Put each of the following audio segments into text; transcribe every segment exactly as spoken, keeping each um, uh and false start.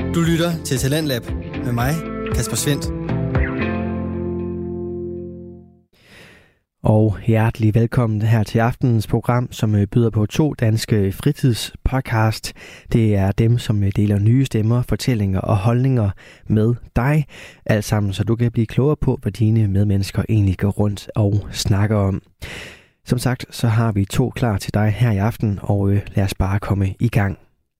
Du lytter til Talentlab med mig, Kasper Svendt. Og hjertelig velkommen her til aftenens program, som byder på to danske fritidspodcast. Det er dem, som deler nye stemmer, fortællinger og holdninger med dig. Alt sammen, så du kan blive klogere på, hvad dine medmennesker egentlig går rundt og snakker om. Som sagt, så har vi to klar til dig her i aften, og øh, lad os bare komme i gang.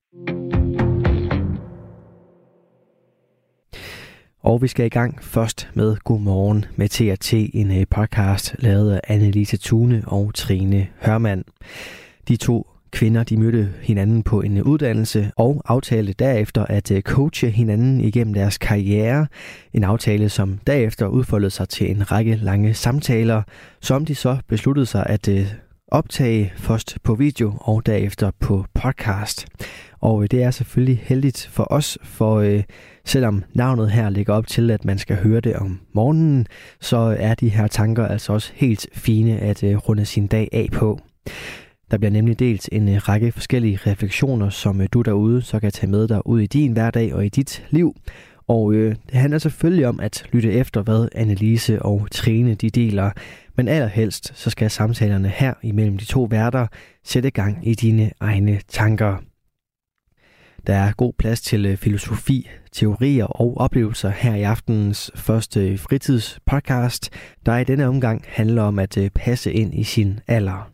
Og vi skal i gang først med Godmorgen med T og T, en podcast lavet af Annelise Thune og Trine Hørmand. De to kvinder de mødte hinanden på en uddannelse og aftalte derefter at coache hinanden igennem deres karriere. En aftale, som derefter udfoldede sig til en række lange samtaler, som de så besluttede sig at optage først på video og derefter på podcast. Og det er selvfølgelig heldigt for os, for øh, selvom navnet her ligger op til, at man skal høre det om morgenen, så er de her tanker altså også helt fine at øh, runde sin dag af på. Der bliver nemlig delt en øh, række forskellige refleksioner, som øh, du derude så kan tage med dig ud i din hverdag og i dit liv. Og øh, det handler selvfølgelig om at lytte efter, hvad Annelise og Trine de deler. Men allerhelst så skal samtalerne her imellem de to værter sætte gang i dine egne tanker. Der er god plads til filosofi, teorier og oplevelser her i aftenens første fritidspodcast, der i denne omgang handler om at passe ind i sin alder.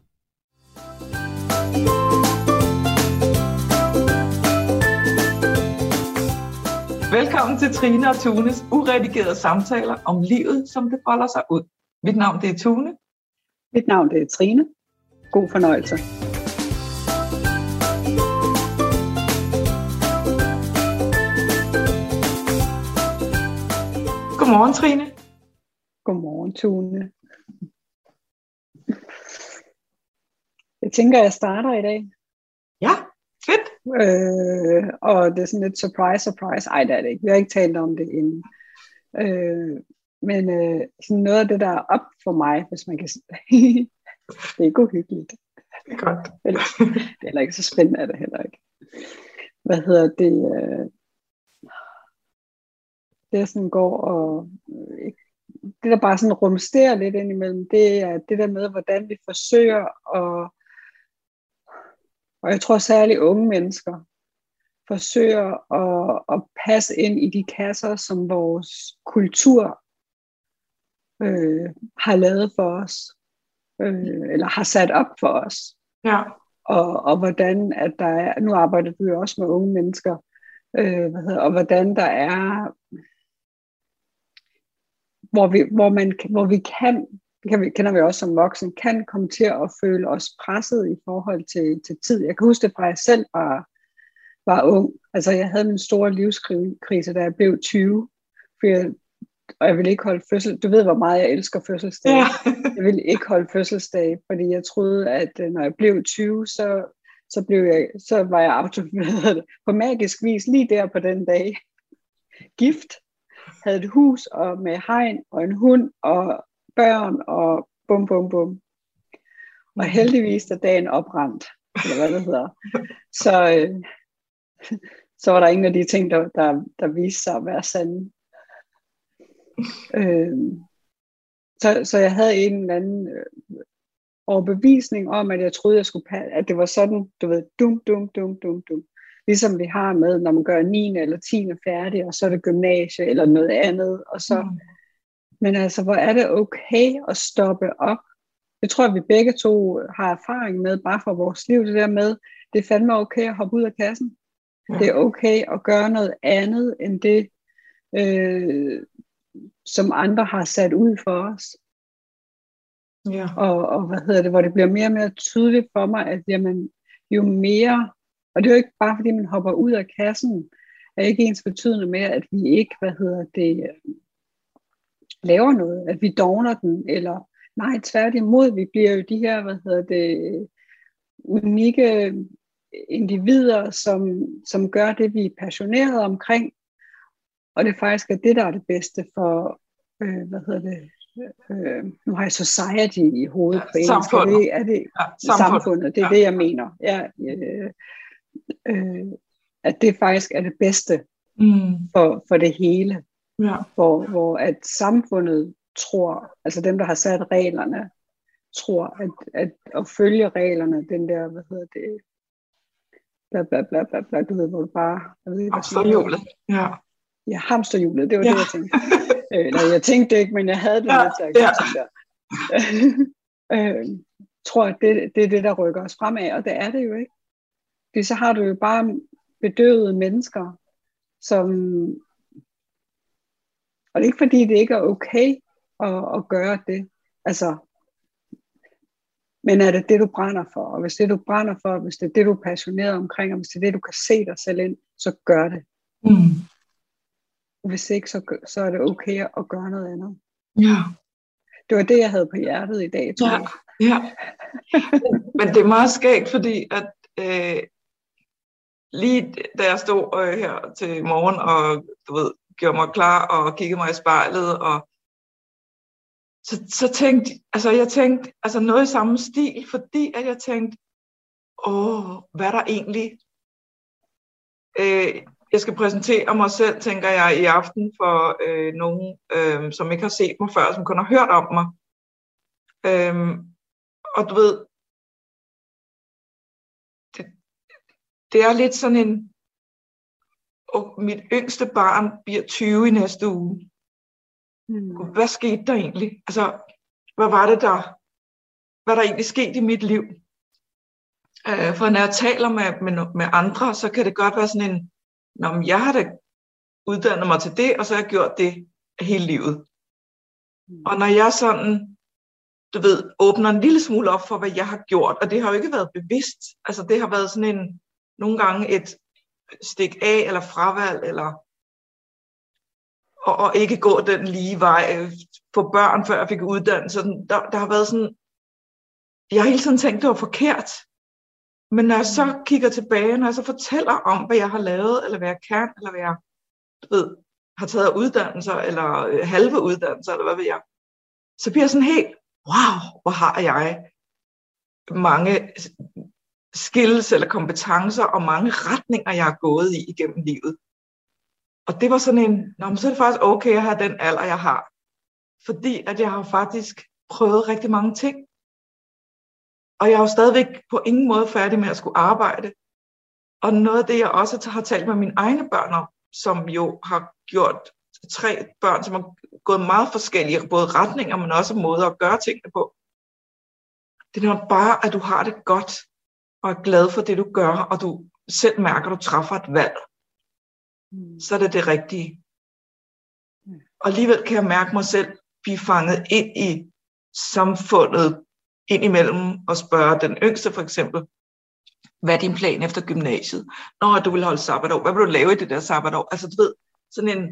Velkommen til Trine og Thunes uredigerede samtaler om livet, som det folder sig ud. Mit navn det er Thune. Mit navn det er Trine. God fornøjelse. Godmorgen, Trine. Godmorgen, Thune. Jeg tænker, jeg starter i dag. Ja, fedt. Øh, og det er sådan lidt surprise, surprise. Ej, det er det ikke. Vi har ikke talt om det inden. Øh, men øh, sådan noget af det, der er op for mig, hvis man kan sige, det er ikke uhyggeligt. Det er godt. Eller, det er heller ikke så spændende, er det heller ikke. Hvad hedder det? Øh, det sådan går og øh, det der bare sådan rumsterer lidt ind imellem, det er det der med, hvordan vi forsøger at, og jeg tror særligt unge mennesker, forsøger at, at passe ind i de kasser, som vores kultur øh, har lavet for os, øh, eller har sat op for os. Ja. Og, og hvordan, at der er, nu arbejder du jo også med unge mennesker, øh, hvad hedder, og hvordan der er, hvor vi, hvor man, hvor vi kan, kan vi, kender vi også som voksen, kan komme til at føle os presset i forhold til, til tid. Jeg kan huske det fra, jeg selv var, var ung. Altså jeg havde min store livskrise, da jeg blev tyve, for jeg, og jeg ville ikke holde fødsel. Du ved, hvor meget jeg elsker fødselsdag. Ja. Jeg ville ikke holde fødselsdag, fordi jeg troede, at når jeg blev tyve, så, så, blev jeg, så var jeg autoriseret på magisk vis lige der på den dag. Gift. Havde et hus og med hegn og en hund og børn og bum bum bum. Og heldigvis er dagen oprendt, eller hvad det hedder. Så, øh, så var der ingen af de ting, der, der, der viste sig at være sande. Øh, så, så jeg havde en eller anden øh, overbevisning om, at jeg troede, jeg skulle passe, at det var sådan, du ved, dum, dum, dum, dum, dum. Ligesom vi har med, når man gør niende eller tiende færdig, og så er det gymnasie eller noget andet. Og så. Mm. Men altså, hvor er det okay at stoppe op? Jeg tror, at vi begge to har erfaring med, bare fra vores liv, det der med, det er fandme okay at hoppe ud af kassen. Ja. Det er okay at gøre noget andet, end det, øh, som andre har sat ud for os. Ja. Og, og hvad hedder det, hvor det bliver mere og mere tydeligt for mig, at jamen, jo mere. Og det er jo ikke bare fordi man hopper ud af kassen, er ikke ens betydende med, at vi ikke, hvad hedder det, laver noget, at vi dogner den, eller nej, tværtimod, vi bliver jo de her, hvad hedder det, unikke individer, som, som gør det, vi er passionerede omkring, og det faktisk er det, der er det bedste for, øh, hvad hedder det, øh, nu har jeg society i hovedet på engelsk, samfundet. Er det, er det ja, samfundet. samfundet, det er ja. det, jeg mener, ja, øh, øh, at det faktisk er det bedste Mm. for, for det hele. Ja. Hvor, hvor at samfundet tror, altså dem, der har sat reglerne, tror, at, at at følge reglerne, den der, hvad hedder det, bla bla bla bla, bla du ved, hvor du bare, jeg ved ikke, hvad Hamsterhjulet. Ja. Ja, hamsterhjulet, det var Ja. det, jeg tænkte. Øh, nej, jeg tænkte det ikke, men jeg havde det Ja, lidt, da jeg ja. kom der. øh, tror, at det, det er det, der rykker os fremad, og det er det jo ikke. Fordi så har du jo bare bedøvede mennesker, som... Og det er ikke fordi, det ikke er okay at, at gøre det. Altså, men er det det, du brænder for? Og hvis det, du brænder for, hvis det er det, du er passioneret omkring, og hvis det er det, du kan se dig selv ind, så gør det. Mm. Hvis ikke, så, gør- så er det okay at gøre noget andet. Ja. Det var det, jeg havde på hjertet i dag, tror Ja. jeg. Ja. Men det er meget skægt, fordi at øh, lige da jeg stod øh, her til morgen og du ved, gjorde mig klar og kiggede mig i spejlet, og så, så tænkte altså jeg tænkte altså noget i samme stil, fordi at jeg tænkte, åh, hvad er der egentlig? Øh, jeg skal præsentere mig selv, tænker jeg, i aften for øh, nogen, øh, som ikke har set mig før, som kun har hørt om mig. Øh, og du ved, det, det er lidt sådan en, og mit yngste barn bliver tyve i næste uge. Mm. Hvad skete der egentlig? Altså, hvad var det der, hvad der egentlig skete i mit liv? Øh, for når jeg taler med, med, med andre, så kan det godt være sådan en, nå, men jeg har da uddannet mig til det, og så har jeg gjort det hele livet. Mm. Og når jeg sådan, du ved, åbner en lille smule op for, hvad jeg har gjort, og det har jo ikke været bevidst, altså det har været sådan en, nogle gange et stik af, eller fravalg, eller og, og ikke gå den lige vej, få børn, før jeg fik uddannelse. Der, der har været sådan, jeg har hele tiden tænkt, det var forkert. Men når jeg så kigger tilbage, når jeg så fortæller om, hvad jeg har lavet, eller hvad jeg kan, eller hvad jeg du ved, har taget af uddannelser, eller øh, halve uddannelser, eller hvad ved jeg, så bliver jeg sådan helt, wow, hvor har jeg mange skills eller kompetencer, og mange retninger, jeg har gået i igennem livet. Og det var sådan en, nå, men så er det faktisk okay at have den alder, jeg har. Fordi at jeg har faktisk prøvet rigtig mange ting. Og jeg er jo stadigvæk på ingen måde færdig med at skulle arbejde. Og noget af det, jeg også har talt med mine egne børn om, som jo har gjort tre børn, som har gået meget forskellige, både retninger, men også måder at gøre tingene på. Det er nok bare, at du har det godt, og er glad for det, du gør, og du selv mærker, at du træffer et valg. Mm. Så er det det rigtige. Og alligevel kan jeg mærke mig selv blive fanget ind i samfundet ind imellem og spørge den yngste for eksempel, hvad er din plan efter gymnasiet? Nå, du vil holde sabbatår. Hvad vil du lave i det der sabbatår? Altså du ved, sådan en,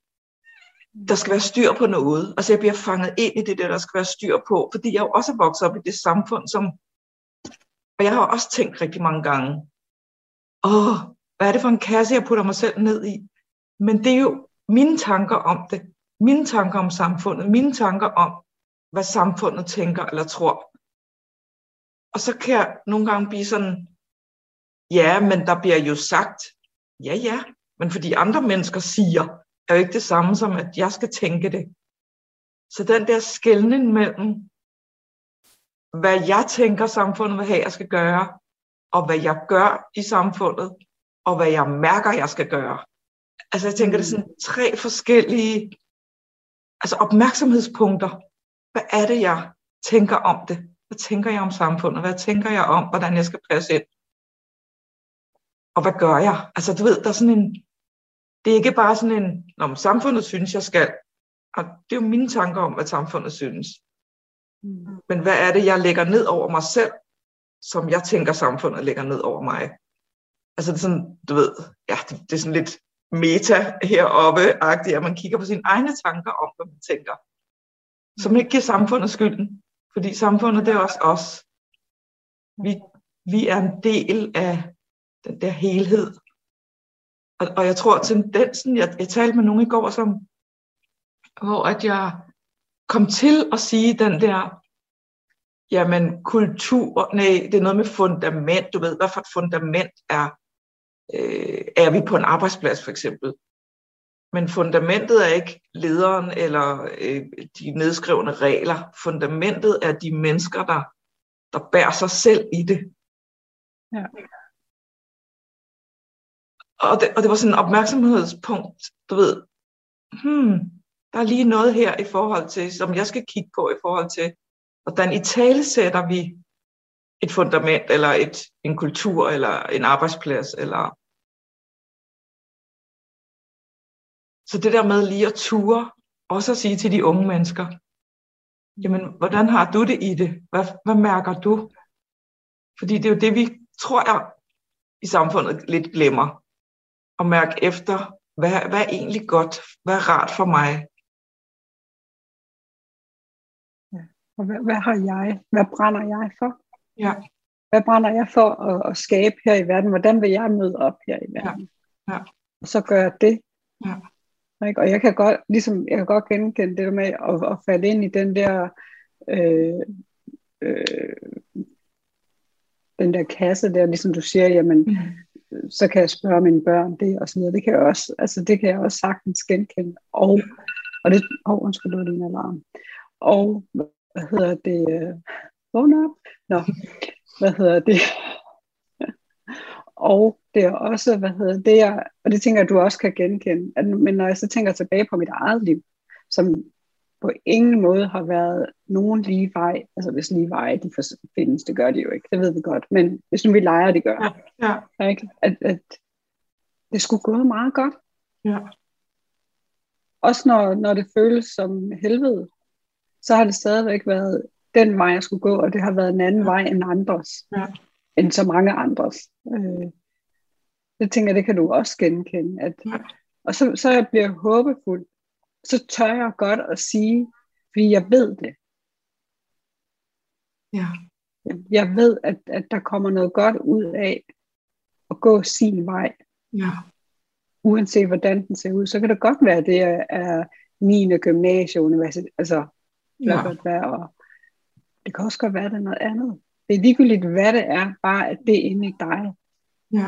der skal være styr på noget. Altså jeg bliver fanget ind i det der, der skal være styr på, fordi jeg jo også er vokset op i det samfund, som, og jeg har også tænkt rigtig mange gange, åh, hvad er det for en kasse, jeg putter mig selv ned i? Men det er jo mine tanker om det. Mine tanker om samfundet. Mine tanker om, hvad samfundet tænker eller tror. Og så kan jeg nogle gange blive sådan, ja, men der bliver jo sagt, ja, ja, men fordi andre mennesker siger, er jo ikke det samme som, at jeg skal tænke det. Så den der skelnen mellem, hvad jeg tænker, samfundet vil have, jeg skal gøre, og hvad jeg gør i samfundet, og hvad jeg mærker, jeg skal gøre. Altså jeg tænker, mm. det er sådan tre forskellige altså opmærksomhedspunkter. Hvad er det, jeg tænker om det? Hvad tænker jeg om samfundet? Hvad tænker jeg om, hvordan jeg skal passe ind? Og hvad gør jeg? Altså du ved, der er sådan en, det er ikke bare sådan en, når samfundet synes, jeg skal. Og det er jo mine tanker om, hvad samfundet synes. Mm. Men hvad er det, jeg lægger ned over mig selv, som jeg tænker, samfundet lægger ned over mig? Altså det er sådan, du ved, ja, det, det er sådan lidt meta heroppe-agtigt, at man kigger på sine egne tanker om, hvad man tænker. Som ikke giver samfundet skylden. Fordi samfundet, det er også os. Vi, vi er en del af den der helhed. Og, og jeg tror, tendensen, jeg, jeg talte med nogen i går, som, hvor at jeg kom til at sige den der, jamen kultur, nej, det er noget med fundament. Du ved, hvad for et fundament er, øh, er vi på en arbejdsplads for eksempel. Men fundamentet er ikke lederen eller øh, de nedskrevne regler. Fundamentet er de mennesker, der, der bærer sig selv i det. Ja. Og det, og det var sådan en opmærksomhedspunkt, du ved, hmm, der er lige noget her i forhold til, som jeg skal kigge på i forhold til, hvordan i tale sætter vi et fundament, eller et, en kultur, eller en arbejdsplads, eller... Så det der med lige at ture, også at sige til de unge mennesker, jamen, hvordan har du det i det? Hvad, hvad mærker du? Fordi det er jo det, vi, tror jeg, i samfundet lidt glemmer. At mærke efter, hvad, hvad er egentlig godt? Hvad er rart for mig? Ja. Og hvad, hvad har jeg? Hvad brænder jeg for? Ja. Hvad brænder jeg for at, at skabe her i verden? Hvordan vil jeg møde op her i verden? Ja. Ja. Og så gør jeg det. Ja. Og jeg kan godt, ligesom, jeg kan godt genkende det der med at, at falde ind i den der øh, øh, den der kasse der, ligesom du siger, jamen, mm. så kan jeg spørge mine børn det, og så videre. Det kan jeg også, altså det kan jeg også sagtens genkende. Og, og det, åh, oh, undskyld, det var din alarm. Og, hvad hedder det, øh, vågn op? Nå, hvad hedder det? Og det er også, hvad hedder det, jeg, og det tænker jeg, du også kan genkende, at, men når jeg så tænker tilbage på mit eget liv, som på ingen måde har været nogen lige vej, altså hvis lige vej, de findes, det gør de jo ikke, det ved vi godt, men hvis nu vi leger, det gør, ja, ja. Ikke? At, at det skulle gå meget godt. Ja. Også når, når det føles som helvede, så har det stadigvæk været den vej, jeg skulle gå, og det har været en anden ja. vej end andres. Ja. End så mange andres. Øh, det tænker jeg, det kan du også genkende. At, ja. Og så, så jeg bliver håbefuld, så tør jeg godt at sige, fordi jeg ved det. Ja. Jeg, jeg ved, at, at der kommer noget godt ud af at gå sin vej. Ja. Uanset hvordan den ser ud, så kan det godt være, at det er, er niende gymnasie, universitet, altså ja. godt være, og det kan også godt være, at det er noget andet. Det er ligegyldigt, hvad det er, bare at det er inde i dig. Ja.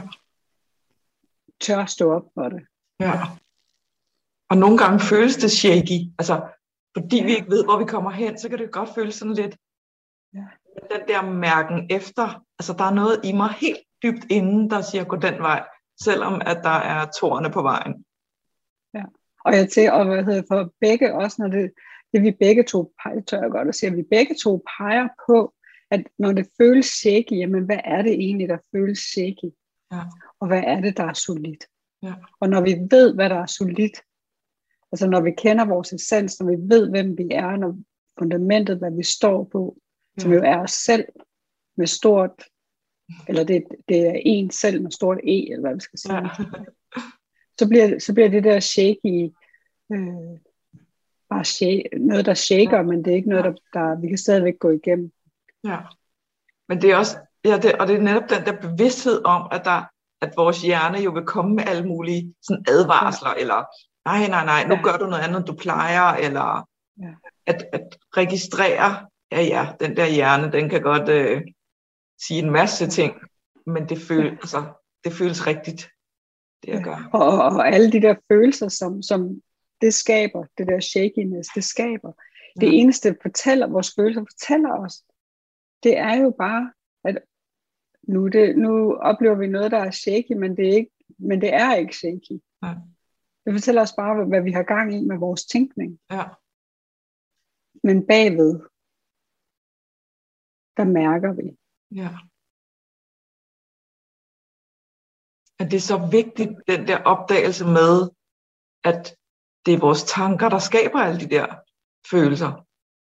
Tør stå op for det. Ja. Og nogle gange føles det shaky. Altså, fordi vi ikke ved, hvor vi kommer hen, så kan det godt føles sådan lidt, ja. Den der mærken efter. Altså, der er noget i mig helt dybt inden, der siger, gå den vej, selvom at der er tårne på vejen. Ja. Og jeg til, og hvad hedder for begge også, når det, det vi begge to peger, tør jeg godt at sige, at vi begge to peger på, at når det føles shaky, jamen hvad er det egentlig, der føles shaky? Ja. Og hvad er det, der er solidt? Ja. Og når vi ved, hvad der er solidt, altså når vi kender vores essens, når vi ved, hvem vi er, når fundamentet, hvad vi står på, ja. Som jo er os selv med stort, eller det, det er en selv med stort E, eller hvad vi skal sige. Ja. Så, bliver, så bliver det der shaky, øh, bare shake, noget, der shaker, ja. Men det er ikke noget, der, der vi kan stadigvæk gå igennem. Ja, men det er også, ja, det, og det er netop den der bevidsthed om, at, der, at vores hjerne jo vil komme med alle mulige sådan advarsler, ja. Eller nej, nej, nej, nu ja. Gør du noget andet, end du plejer, eller ja. at, at registrere, ja, ja, den der hjerne, den kan godt øh, sige en masse ting, men det, føl, ja. altså, det føles rigtigt, det jeg gør. Og, og, og alle de der følelser, som, som det skaber, det der shakiness, det skaber, det ja. Eneste fortæller, vores følelser fortæller os, det er jo bare, at nu, det, nu oplever vi noget, der er shaky, men det er ikke, men det er ikke shaky. Ja. Det fortæller os bare, hvad vi har gang i med vores tænkning. Ja. Men bagved, der mærker vi. Ja. At det er så vigtigt, den der opdagelse med, at det er vores tanker, der skaber alle de der følelser.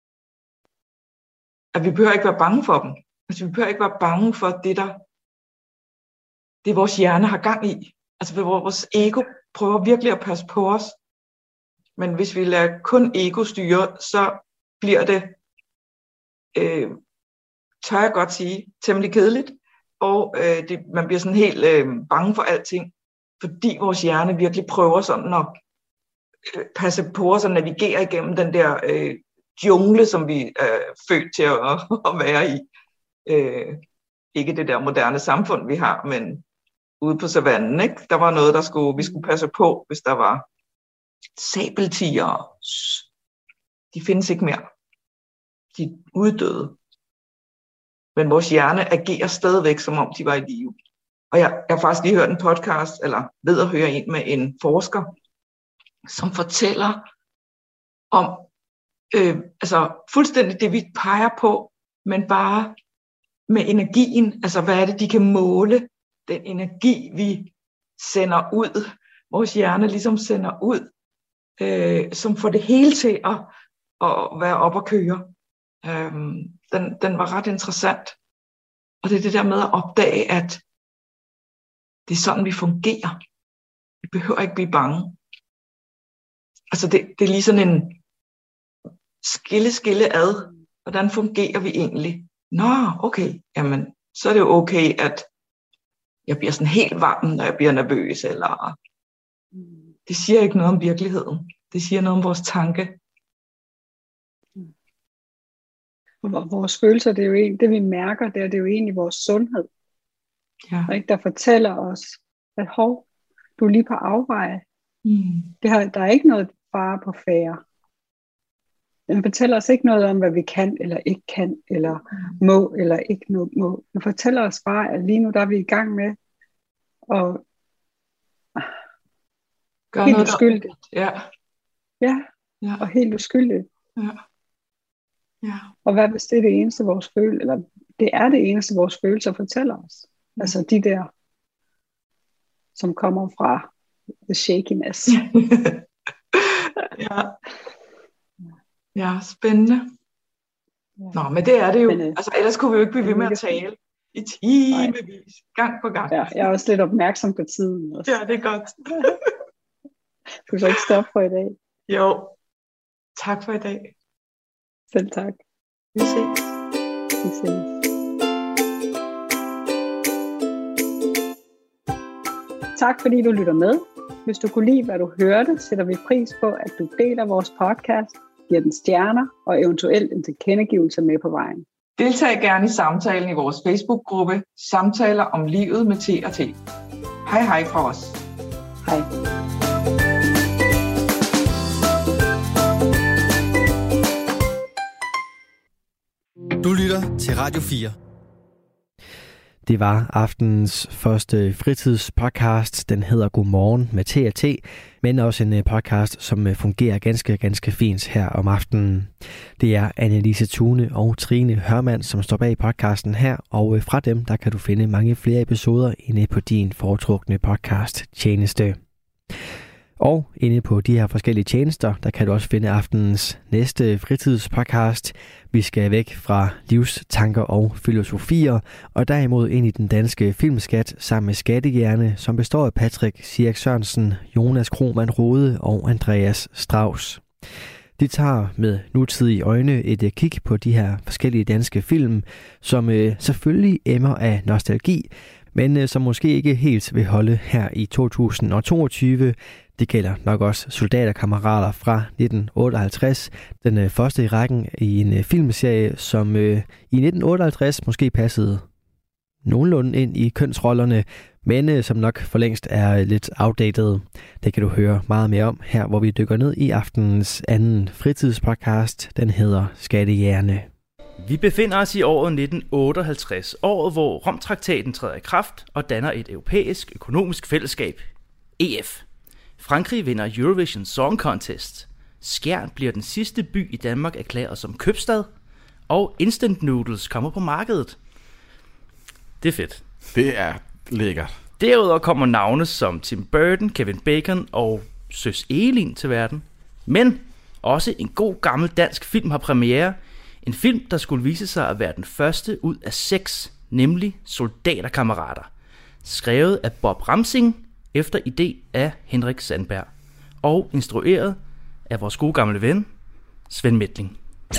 At vi behøver ikke være bange for dem. Altså, vi behøver ikke være bange for det, der det vores hjerne har gang i. Altså, vores ego prøver virkelig at passe på os. Men hvis vi lader kun ego styre, så bliver det, øh, tør jeg godt sige, temmelig kedeligt. Og øh, det, man bliver sådan helt øh, bange for alting. Fordi vores hjerne virkelig prøver sådan at øh, passe på os og navigere igennem den der øh, jungle, som vi er født til at, at være i. Øh, ikke det der moderne samfund, vi har, men ude på savannen, ikke? Der var noget, der skulle, vi skulle passe på, hvis der var sabeltiger, de findes ikke mere. De er uddøde. Men vores hjerne agerer stadigvæk, som om de var i live. Og jeg, jeg har faktisk lige hørt en podcast, eller ved at høre en med en forsker, som fortæller om øh, altså fuldstændig det, vi peger på, men bare med energien. Altså, hvad er det, de kan måle? Den energi, vi sender ud, vores hjerne ligesom sender ud, øh, som får det hele til at, at være op og køre. Øh, den, den var ret interessant. Og det er det der med at opdage, at det er sådan, vi fungerer. Vi behøver ikke blive bange. Altså, det, det er lige sådan en skille, skille ad. Hvordan fungerer vi egentlig? Nå, okay. Jamen, så er det jo okay, at jeg bliver sådan helt varm, når jeg bliver nervøs. Eller det siger ikke noget om virkeligheden. Det siger noget om vores tanke. Og vores følelser, det er jo en, det vi mærker, det er, det er jo egentlig vores sundhed. Ja. Ikke? Der fortæller os, at hov, du er lige på afveje. Mm. Det har, der er ikke noget fare på færre. Den fortæller os ikke noget om, hvad vi kan eller ikke kan, eller mm. må eller ikke må. Den fortæller os bare, at lige nu der er vi i gang med at gøre helt noget uskyldigt. Ja. Ja, ja, og helt uskyldigt. Ja. Ja. Og hvad hvis det er det eneste vores følelser, eller det er det eneste vores følelser fortæller os. Mm. Altså de der, som kommer fra the shakiness. Ja. Ja, spændende. Ja. Nå, men det er det jo. Men, øh, altså, ellers kunne vi jo ikke blive ved med at tale i timevis, gang på gang. Ja, jeg er også lidt opmærksom på tiden. Også. Ja, det er godt. Du kan så ikke stoppe for i dag. Jo, tak for i dag. Selv tak. Vi ses. Vi ses. Tak fordi du lytter med. Hvis du kunne lide, hvad du hørte, sætter vi pris på, at du deler vores podcast, giver den stjerner og eventuelt en tilkendegivelse med på vejen. Deltag gerne i samtalen i vores Facebook-gruppe Samtaler om livet med T og T. Hej hej fra os. Hej. Du lytter til Radio fire. Det var aftenens første fritidspodcast. Den hedder Godmorgen med T og T, men også en podcast, som fungerer ganske, ganske fint her om aftenen. Det er Annelise Thune og Trine Hørmand, som står bag podcasten her, og fra dem der kan du finde mange flere episoder inde på din foretrukne podcast-tjeneste. Og inde på de her forskellige tjenester, der kan du også finde aftenens næste fritidspodcast. Vi skal væk fra livstanker og filosofier, og derimod ind i den danske filmskat sammen med Skattehjerne, som består af Patrick Sierk Sørensen, Jonas Krohmann Rode og Andreas Strauss. De tager med nutidige øjne et kig på de her forskellige danske film, som øh, selvfølgelig emmer af nostalgi, men øh, som måske ikke helt vil holde her i to tusind og toogtyve. Det gælder nok også Soldaterkammerater fra nitten otteoghalvtreds, den øh, første i rækken i en øh, filmserie, som øh, i nitten otteoghalvtreds måske passede nogenlunde ind i kønsrollerne, men øh, som nok for længst er lidt outdated. Det kan du høre meget mere om her, hvor vi dykker ned i aftenens anden fritidspodcast. Den hedder Skattehjerne. Vi befinder os i året nitten otteoghalvtreds, året hvor Romtraktaten træder i kraft og danner et europæisk økonomisk fællesskab, E F. Frankrig vinder Eurovision Song Contest. Skjern bliver den sidste by i Danmark erklæret som købstad, og instant noodles kommer på markedet. Det er fedt. Det er lækkert. Derudover kommer navne som Tim Burton, Kevin Bacon og Søs Elin til verden. Men også en god gammel dansk film har premiere. En film, der skulle vise sig at være den første ud af seks, nemlig Soldaterkammerater. Skrevet af Bob Ramsing efter idé af Henrik Sandberg. Og instrueret af vores gode gamle ven, Svend Methling.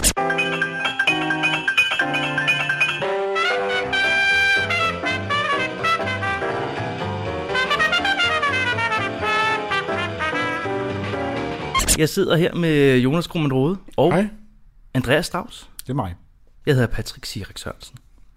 Jeg sidder her med Jonas Krohmann Rode og Hej. Andreas Strauss. Det er mig. Jeg hedder Patrick Sierk Sørensen.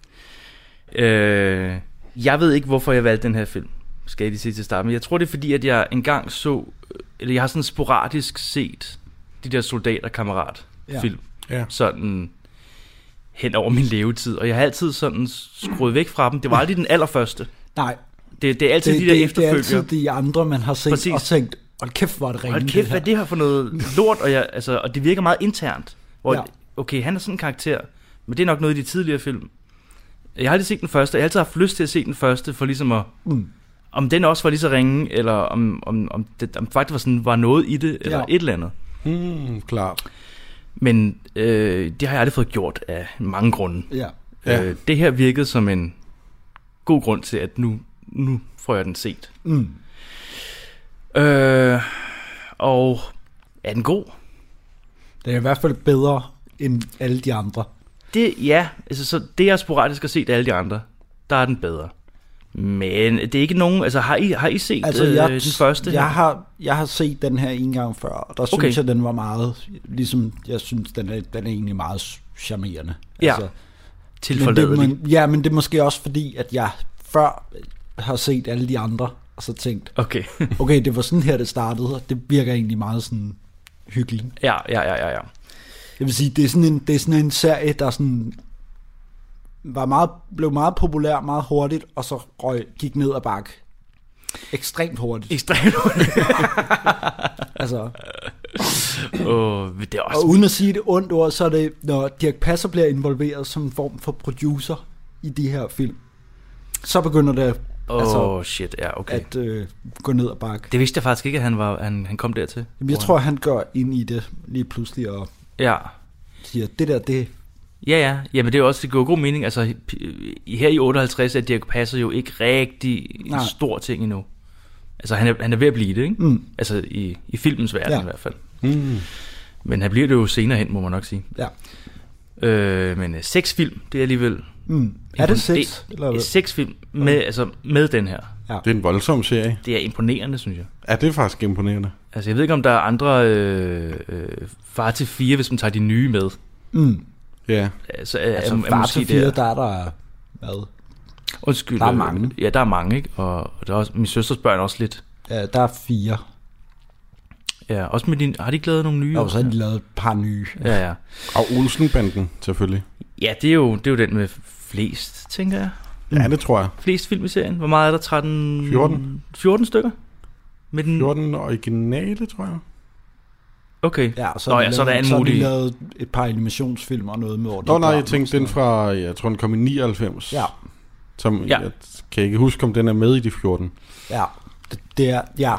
Øh, jeg ved ikke, hvorfor jeg valgte den her film, skal jeg lige sige til start. Men jeg tror, det er fordi, at jeg engang så eller jeg har sådan sporadisk set de der soldater-kammerat-film. Ja. Ja. Sådan hen over min levetid. Og jeg har altid sådan skruet væk fra dem. Det var aldrig den allerførste. Nej. Det, det er altid det, de der det, efterfølgere. Det er altid de andre, man har set Præcis. og tænkt, hold kæft, hvor er det ringe. Hold kæft, hvad er det her for noget lort? Og, jeg, altså, og det virker meget internt. Hvor, ja. Okay, han er sådan en karakter, men det er nok noget i de tidligere film. Jeg har aldrig set den første. Jeg har altid haft lyst til at se den første, for ligesom at... Mm. Om den også var lige så ringe, eller om, om, om det om faktisk var, sådan, var noget i det, eller ja. et eller andet. Mm, klart. Men øh, det har jeg aldrig fået gjort af mange grunde. Ja. Ja. Øh, det her virkede som en god grund til, at nu, nu får jeg den set. Mm. Øh, og er den god? Det er i hvert fald bedre end alle de andre. Det, ja, altså, så det jeg sporadisk har set af alle de andre, der er den bedre. Men det er ikke nogen, altså har I, har I set altså, jeg, øh, den første her? Jeg har, jeg har set den her en gang før, og der okay. synes jeg, den var meget, ligesom jeg synes, den er, den er egentlig meget charmerende. Ja, altså, tilforladelig. Ja, men det er måske også fordi, at jeg før har set alle de andre, og så tænkt, okay, okay, det var sådan her, det startede, og det virker egentlig meget sådan hyggeligt. Ja, ja, ja, ja, ja. Jeg vil sige, det er sådan en, det er sådan en serie, der sådan var meget, blev meget populær meget hurtigt, og så røg, gik ned ad bakke. Ekstremt hurtigt. Ekstremt hurtigt. altså. Oh, det er også... Og uden at sige det ondt ord, så er det, når Dirch Passer bliver involveret som en form for producer i de her film, så begynder det oh, altså, shit, ja, okay. at øh, gå ned ad bakke. Det vidste jeg faktisk ikke, at han, var, han, han kom dertil. Jamen, jeg tror, han går ind i det lige pludselig og ja. siger, det der, det... Ja, ja. Jamen, det er også, det går god mening. Altså, her i otteoghalvtreds er Dirch Passer jo ikke rigtig en stor ting endnu. Altså, han er, han er ved at blive det, ikke? Mm. Altså, i, i filmens verden ja. i hvert fald. Mm. Men han bliver det jo senere hen, må man nok sige. Ja. Øh, men seks film, det er alligevel... Mm. Er det seks? Det er seks film med, okay. altså, med den her. Ja. Det er en voldsom serie. Det er imponerende, synes jeg. Ja, det er faktisk imponerende. Altså, jeg ved ikke, om der er andre øh, øh, Far til fire, hvis man tager de nye med. Mm. Ja. Altså, altså er, Far til fire, der er der... Hvad? Undskyld. Der er mange. Ja, der er mange, ikke? Og der er også, min søsters børn også lidt. Ja, der er fire. Ja, også med din... Har de ikke lavet nogle nye? Og så har de lavet et par nye. Ja, ja. Og Olsenbanden, selvfølgelig. Ja, det er jo, det er jo den med flest, tænker jeg. Ja, det tror jeg. Flest film i serien. Hvor meget er der? tretten... fjorten. fjorten stykker? Med den... fjorten originale, tror jeg. Okay. Ja, så, Nå, ja, lavet, så er der en så mulig... har de lavet et par animationsfilm og noget med... Nå, nej, jeg tænkte den fra... Jeg tror, den kom i nioghalvfems. Ja. Som, ja. Jeg kan ikke huske, om den er med i de fjorten. Ja, det, det er... Ja,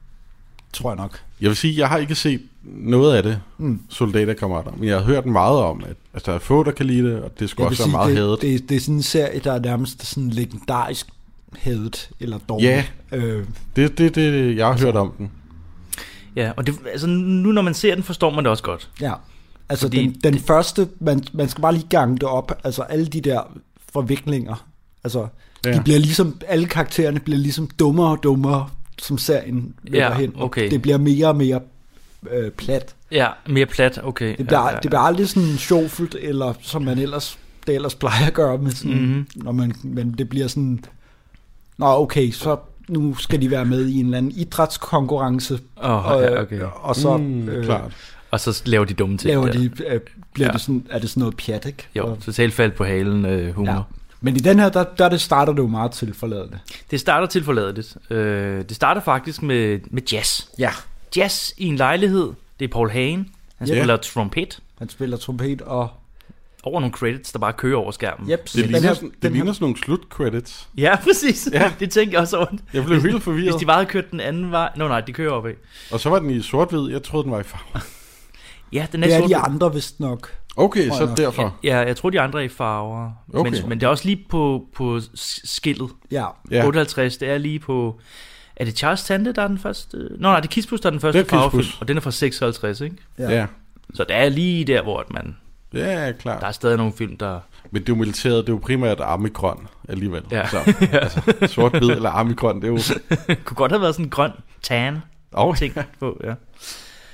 tror jeg nok. Jeg vil sige, jeg har ikke set noget af det, mm. Soldaterkammerater, men jeg har hørt meget om, at altså, der er få, der kan lide det, og det skal også være meget det, hadet. Det, det er sådan en serie, der er nærmest sådan legendarisk hadet, eller dårligt. Ja, øh, det det, det, jeg har altså, hørt om den. Ja, og det, altså, nu når man ser den, forstår man det også godt. Ja, altså Fordi den, den det, første, man, man skal bare lige gange det op, altså alle de der forviklinger, altså ja. de bliver ligesom, alle karaktererne bliver ligesom dummere og dummere, som serien løber ja, hen. Okay. Det bliver mere og mere øh, plat. Ja, mere plat, okay. Det bliver, ja, ja, ja. det bliver aldrig sådan sjovfuldt, eller som man ellers, det ellers plejer at gøre med sådan, mm-hmm. når man, men det bliver sådan, nå okay, så nu skal de være med i en eller anden idrætskonkurrence, oh, og, ja, okay. og så mm, øh, klart. Og så laver de dumme ting. Laver de, øh, bliver ja. det sådan, er det sådan noget pjat, ikke? Jo, totalt fald på halen øh, humor. Ja. Men i den her, der, der det starter det jo meget tilforladeligt. Det starter tilforladeligt. Øh, det starter faktisk med, med jazz. Ja. Jazz i en lejlighed. Det er Paul Hagen. Han spiller yeah. trompet. Han spiller trompet og... Over nogle credits, der bare kører over skærmen. Yep. Det ligner, her, det ligner sådan nogle slut-credits. Ja, præcis. Ja. Det tænker jeg også over. Jeg blev helt forvirret. Hvis de bare havde kørt den anden vej... Nå nej, de kører opad. Og så var den i sort-hvid. Jeg troede, den var i farve. Ja, den er det er sort-hvid. de andre vist nok. Okay, så derfor. Ja, jeg tror, de andre er i farver. Okay. Men, men det er også lige på, på skillet. Ja. otteoghalvtreds, det er lige på... Er det Charles Tante, der er den første? Nå nej, det er Kispus, der er den første farvefilm. Og den er fra seksoghalvtreds, ikke? Ja. ja. Så det er lige der, hvor man... Ja, klart. Der er stadig nogle film, der... Men det er jo militæret, det er jo primært armigrøn alligevel. Ja. Så, altså, sort-hvid eller armigrøn, det er jo... kunne godt have været sådan en grøn tan oh, ting ja. på, ja.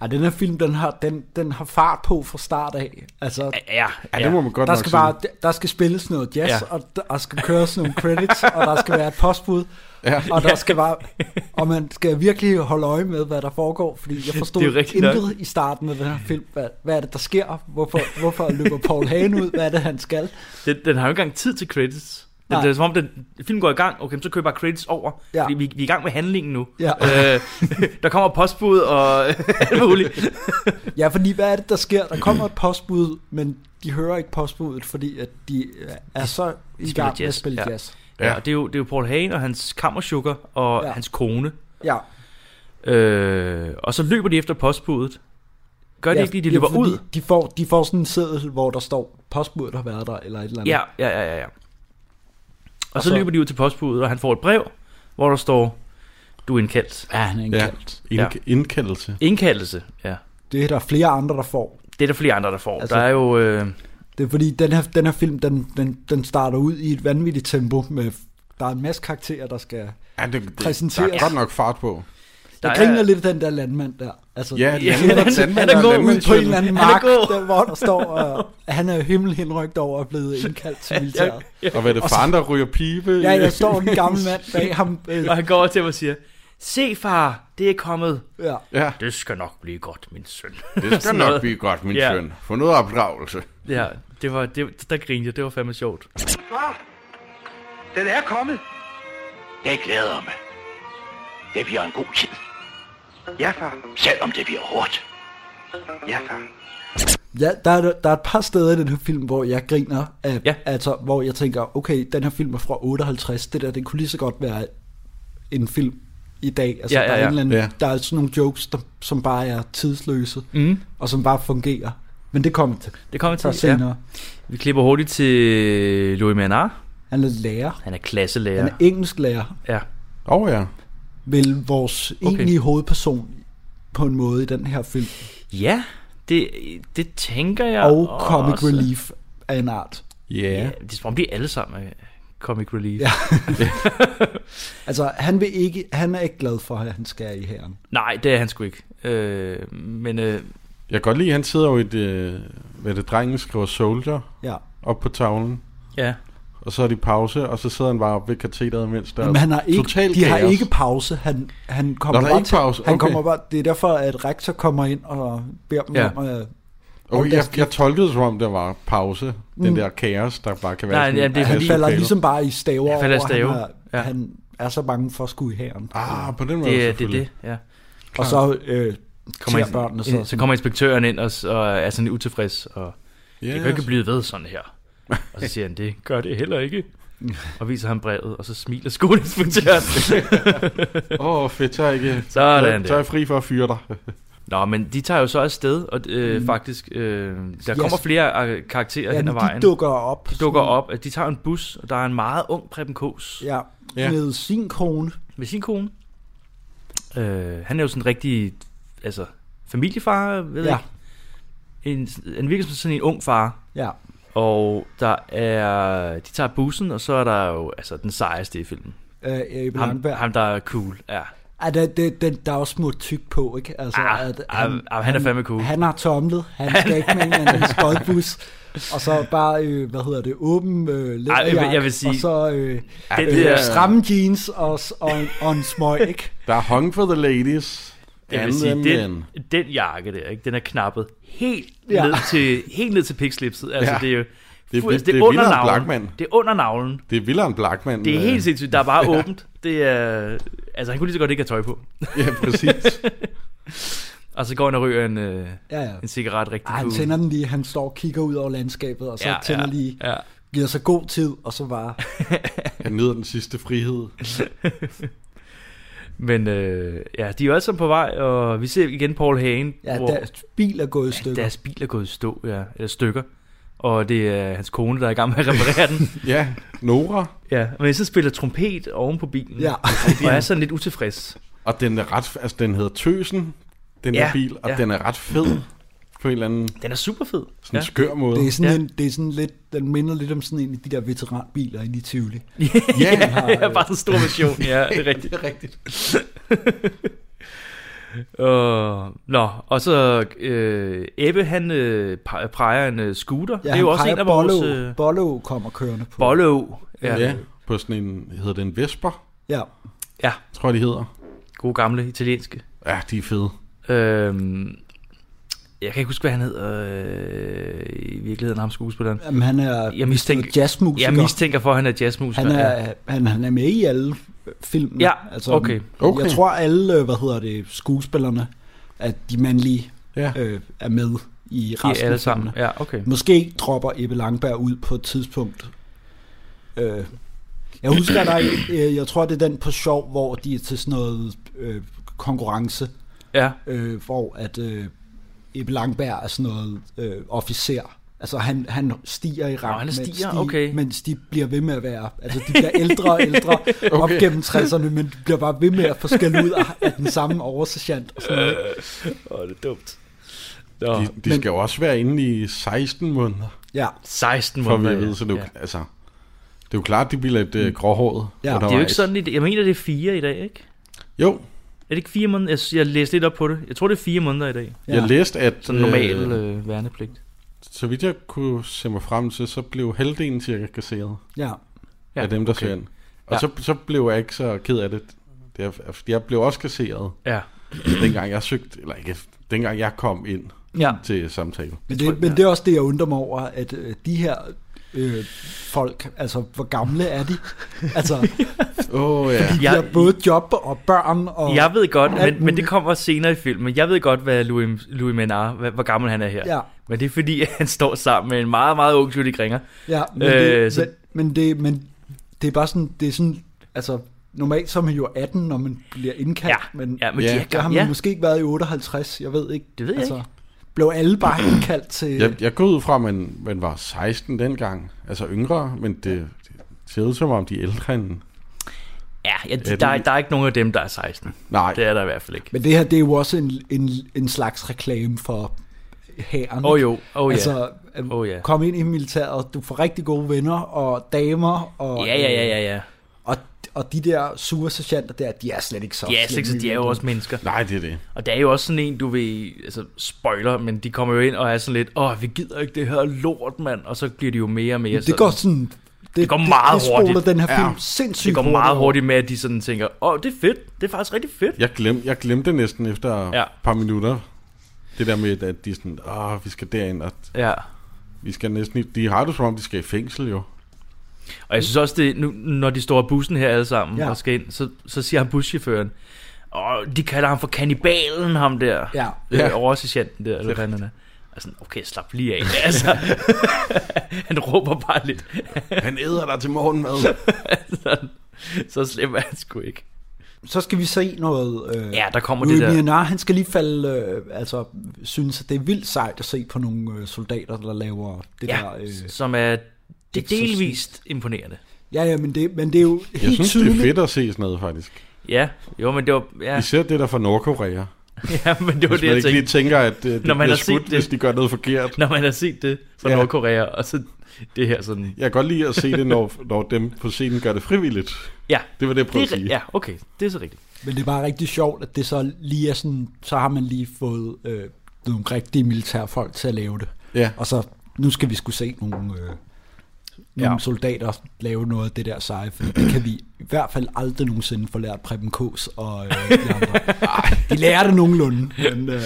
Ej, den her film, den har, den, den har fart på fra start af. Altså, Ja, ja, Ja, det må man godt der nok skal sige. bare, der skal spilles noget jazz, Ja. ja. og der skal køres nogle credits, og der skal være et postbud, Ja. og der skal bare, og man skal virkelig holde øje med, hvad der foregår, fordi jeg forstod Det er jo rigtigt intet nok. i starten af den her film. Hvad, hvad er det, der sker? Hvorfor, hvorfor løber Paul Hagen ud? Hvad er det, han skal? Den, den har jo ikke engang tid til credits. Den, Nej. det er som om, den film går i gang, okay, så kører bare credits over, Ja. fordi vi, vi er i gang med handlingen nu. Ja. Øh, der kommer postbud og alt muligt. Ja, fordi hvad er det, der sker? Der kommer et postbud, men de hører ikke postbuddet, fordi at de er så i spiller gang med at jazz, spille ja. jazz. Ja, ja, og det er jo, det er jo Paul Hagen og hans kammersugar og Ja. ja. hans kone. Ja. Øh, og så løber de efter postbuddet. Gør de Ja, ikke lige, de ja, løber fordi ud? De får, de får sådan en seddel, hvor der står, postbuddet har været der, eller et eller andet. Ja, ja, ja, ja, ja. Og, Og så, så- løber de ud til postbuddet, og han får et brev, hvor der står, du er indkaldt. Ja, han er Ja, indkaldt. Ind- Ja. indkaldelse. Indkaldelse, ja. Det er der flere andre, der får. Det er der flere andre, der får. Altså- Der er jo... Øh, Det er fordi, den her, den her film, den, den, den starter ud i et vanvittigt tempo, med der er en masse karakterer, der skal... Ja, det, det, Præsenteres. der er godt nok fart på. der Jeg er- griner lidt af den der landmand der. Altså, Ja, Ja, det er han er- landmand, han er der god landmand, ud på en eller anden Han er mark, god. der, hvor der står, og han er jo himmelhenrygt over at blive indkaldt til militæret. Og hvad er det, faren, der ryger pibe? Ja, der står en gammel mand bag ham. Øh, Og han går over til ham og siger, se far, det er kommet. ja. Ja, Det skal nok blive godt, min søn. det skal Sådan nok noget. blive godt, min Ja. søn. Få noget opdragelse. Ja, det var, det, der grinede jeg. Det var fandme sjovt. Far, den er kommet. Jeg glæder mig. Det bliver en god tid, Ja, far. selvom det bliver hårdt. Ja, far. Ja, der er, der er et par steder i den her film, hvor jeg griner af, Ja. altså, hvor jeg tænker, okay, den her film er fra otteoghalvtreds, det der, det kunne lige så godt være en film i dag. Altså, Ja, ja, der, er ja. en eller anden, Ja. der er sådan nogle jokes, der, som bare er tidsløse, Mm. og som bare fungerer. Men det kommer til, Det kommer til til, ja. senere. Vi klipper hurtigt til Louis Menard. Han er lærer. Han er klasselærer. Han er engelsklærer. Ja. Åh oh, ja. Vel vores Okay. egentlige hovedperson på en måde i den her film. Ja, det, det tænker jeg Og også. comic relief af en art. Ja. Ja, det er som om de alle sammen er comic relief. Ja. Altså, han, vil ikke, han er ikke glad for, at han skal i hæren. Nej, det er han sgu ikke. Øh, men øh, Jeg kan godt lide, at han sidder jo i et, øh, hvad er det, drengen skriver soldier Ja. op på tavlen. ja, Og så er de pause, og så sidder han bare oppe ved katedret, mens der Men han har ikke, total de har kaos. ikke pause. Han, han kommer Nå, der er bare ikke til, pause. Han Okay. kommer bare, det er derfor, at rektor kommer ind og beder dem Ja. om at... Okay, jeg, jeg tolkede det, som om der var pause. Den Mm. der kaos, der bare kan være Nej, sådan jamen, det er Han fordi- falder ligesom bare i staver Han falder i over. stave. Han er, Ja. han er så bange for at skulle i hæren. Ah, på den måde det, er- det er selvfølgelig. det, ja. Og så øh, Kommer ser børnene så, så... så kommer inspektøren ind og, s- og er sådan lidt utilfreds, og Ja, det kan jo ikke blive ved sådan her. Og så siger han, det gør det heller ikke. Og viser ham brevet, og så smiler skoleinspektøren. Åh, oh, fedt, så er jeg ikke... Sådan så er der. jeg fri for at fyre dig. Nå, men de tager jo så afsted, og øh, Mm. faktisk, øh, der Yes. kommer flere øh, karakterer Ja, hen ad de vejen. dukker op. De dukker op, at de tager en bus, og der er en meget ung Preben Kaas Ja, Ja. med sin kone. med sin kone. Øh, han er jo sådan en rigtig, altså, familiefar, ved jeg Ja, ikke. En, han virker som sådan en ung far. ja. Og der er, de tager bussen, og så er der jo altså den sejeste i filmen. Øh, Ebbe Ham, Langberg. ham der er cool, ja. Ej, det, det, det, der er også små tyk på, ikke? Altså, Ah, at ah, ah, han er fandme cool. Han har tomlet, han skal ikke med en eller anden skøjtbus. Og så bare, øh, hvad hedder det, åben øh, Ej, jeg vil- læderjakke, jeg vil sige- og så øh, Den øh, der- stramme jeans og, og, og en smøg, ikke? Der er hung for the ladies. Jeg vil And sige, then den, men. den jakke der, ikke, den er knappet helt, Ja. ned, til, helt ned til pikslipset. Altså, Ja. det er jo Det er, fu- altså, det, det er under vildere end navlen. Blackman. Det er under navlen. Det er vildere end Blackman. Det er øh, helt sindssygt. Der er bare åbent. Det er, altså, han kunne lige så godt ikke have tøj på. Ja, præcis. Og så går han og ryger en, øh, Ja, ja. en cigaret rigtig Ej, han cool. tænder den lige, han står og kigger ud over landskabet, og så Ja, tænder ja, lige, ja. giver sig god tid, og så bare... Han nyder den sidste frihed. Men øh, ja, de er jo alle sammen på vej, og vi ser igen Paul Hagen, Ja, hvor deres bil er gået i ja, stykker. deres bil er gået i stå, ja, eller stykker. Og det er hans kone, der er i gang med at reparere den. Ja, Nora. Ja, men så spiller trompet oven på bilen. Ja. Og er sådan lidt utilfreds. Og den er ret, altså den hedder Tøsen, den Ja, her bil, og ja. den er ret fed på en eller anden Den er super fed. sådan ja. skør måde. Det er sådan, Ja. en, det er sådan lidt, den minder lidt om sådan en af de der veteranbiler inde i Tivoli. Ja, ja, ja, bare sådan en stor version. Ja, det er rigtigt. Det er rigtigt. Uh, nå, og så øh, Ebbe, han øh, præger en uh, scooter. Ja, det er jo også en af vores... Bollo, øh, Bollo kommer kørende på. Bollo, ja. Ja, på sådan en, hedder det en Vesper? Ja. Ja. Tror jeg, de hedder. Gode gamle italienske. Ja, de er fede. Øhm, jeg kan ikke huske, hvad han hedder øh, i virkeligheden, ham skuespilleren. Jamen, han er jeg mistænker, jazzmusiker. Jeg mistænker for, at han er jazzmusiker. Han er, ja. han, han er med i alle filmene. Ja, altså, okay. okay. Jeg tror, alle, hvad hedder det, skuespillerne, at de mandlige ja. øh, er med i resten alle af sammen. filmene. Ja, okay. Måske dropper Ebbe Langberg ud på et tidspunkt. Øh, jeg husker, at der er, øh, jeg tror, det er den på Sjov, hvor de er til sådan noget øh, konkurrence. Ja. Øh, hvor at øh, Ebbe Langberg er sådan noget øh, officer. Altså han, han stiger i rang, Nå, han stiger, mens, de, okay. mens de bliver ved med at være, altså de bliver ældre og ældre okay. op gennem tresserne, men de bliver bare ved med at få skæld ud af, af den samme oversergeant og sådan noget. Åh, oh, det er dumt. De, de men, skal jo også være inde i seksten måneder. Ja. seksten måneder, for vi ved, så det, ja. altså, det er jo klart, de bliver lidt uh, gråhåret. Ja. Det er jo ikke sådan, jeg mener, det er fire i dag, ikke? Jo. Er det ikke fire måneder? Jeg, jeg læste lidt op på det. Jeg tror, det er fire måneder i dag. Ja. Jeg læste, at... Sådan normal øh, værnepligt. Så vidt jeg kunne se mig frem til, så blev halvdelen cirka kasseret. Ja. Af dem, der okay. ser ind. Og ja. så, så blev jeg ikke så ked af det. det er, jeg blev også kasseret. Ja. Dengang jeg søgte, eller ikke, dengang jeg kom ind ja. til samtale. Men det, men det er også det, jeg undrer mig over, at øh, de her øh, folk, altså hvor gamle er de? Altså, oh, ja. fordi de har både job og børn. Og jeg ved godt, men, men det kommer senere i filmen. Jeg ved godt, hvad Louis, Louis Menard, hvad, hvor gammel han er her. Ja. Men det er fordi, han står sammen med en meget, meget ung Judy Gringer. Ja, men, øh, det, så... men, men, det, men det er bare sådan, det er sådan, altså normalt så er man jo atten, når man bliver indkaldt, ja. men, ja, men ja. de der har man ja. måske ikke været i otteoghalvtreds, jeg ved ikke. Det ved jeg altså, ikke. Blev alle bare indkaldt til... Jeg, jeg går ud fra, at man, man var seksten dengang, altså yngre, men det, det ser ud som om de er ældre end... Ja, ja de, der, er, der er ikke nogen af dem, der er seksten. Nej. Det er der i hvert fald ikke. Men det her, det er jo også en, en, en slags reklame for hæren. Åh oh, jo, åh oh, ja. Altså, oh, ja. kom ind i militæret, du får rigtig gode venner og damer. Og, ja, ja, ja, ja, ja. Og, og de der sure sergeanter der, de er slet ikke så De er slet ikke så, de er jo også mennesker. Nej, det er det. Og der er jo også sådan en, du ved, altså spoiler, men de kommer jo ind og er sådan lidt, åh, vi gider ikke det her lort, mand. Og så bliver de jo mere og mere det sådan. Går sådan det, det går meget det, det hurtigt. Den her film ja. sindssygt Det går hurtigt meget hurtigt med, at de sådan tænker, åh, det er fedt. Det er faktisk rigtig fedt. Jeg, glem, jeg glemte næsten efter et ja. par minutter. Det der med, at de er sådan, åh, vi skal derind. Og ja. Vi skal næsten, de har det som om, de skal i fængsel jo. Og jeg synes også, det, nu, når de står af bussen her alle sammen ja. og skal ind, så, så siger han buschaufføren, åh, de kalder ham for kannibalen, ham der. Ja. Øh, oversergeanten der, eller hvad han er. Altså, okay, slap lige af. Altså, han råber bare lidt. Han æder dig til morgenmad. Sådan, så slipper han sgu ikke. Så skal vi se noget. Øh, ja, der kommer Louis det der. Menard, han skal lige falde, øh, altså synes, at det er vildt sejt at se på nogle øh, soldater, der laver det ja, der. Øh, som er det delvist imponerende. Ja, ja, men det, men det er jo helt Jeg synes, tydeligt. det er fedt at se sådan noget, faktisk. Ja, jo, men det var... Ja. Især det der fra Nordkorea. Ja, men det var hvis det, man jeg ikke lige tænker, at uh, det når man bliver har skudt, det, hvis de gør noget forkert. Når man har set det fra ja. Nordkorea, og så det her sådan... Jeg kan godt lide at se det, når, når dem på scenen gør det frivilligt. Ja. Det var det, jeg prøvede det er, at sige. Ja, okay. Det er så rigtigt. Men det er bare rigtig sjovt, at det så lige er sådan... Så har man lige fået øh, nogle rigtige militærfolk til at lave det. Ja. Og så nu skal vi skulle se nogle... Øh, nogle ja. soldater lave noget af det der seje, for det kan vi i hvert fald aldrig nogensinde få lært Preben Kås og øh, de andre. De lærer det nogenlunde. Men, øh,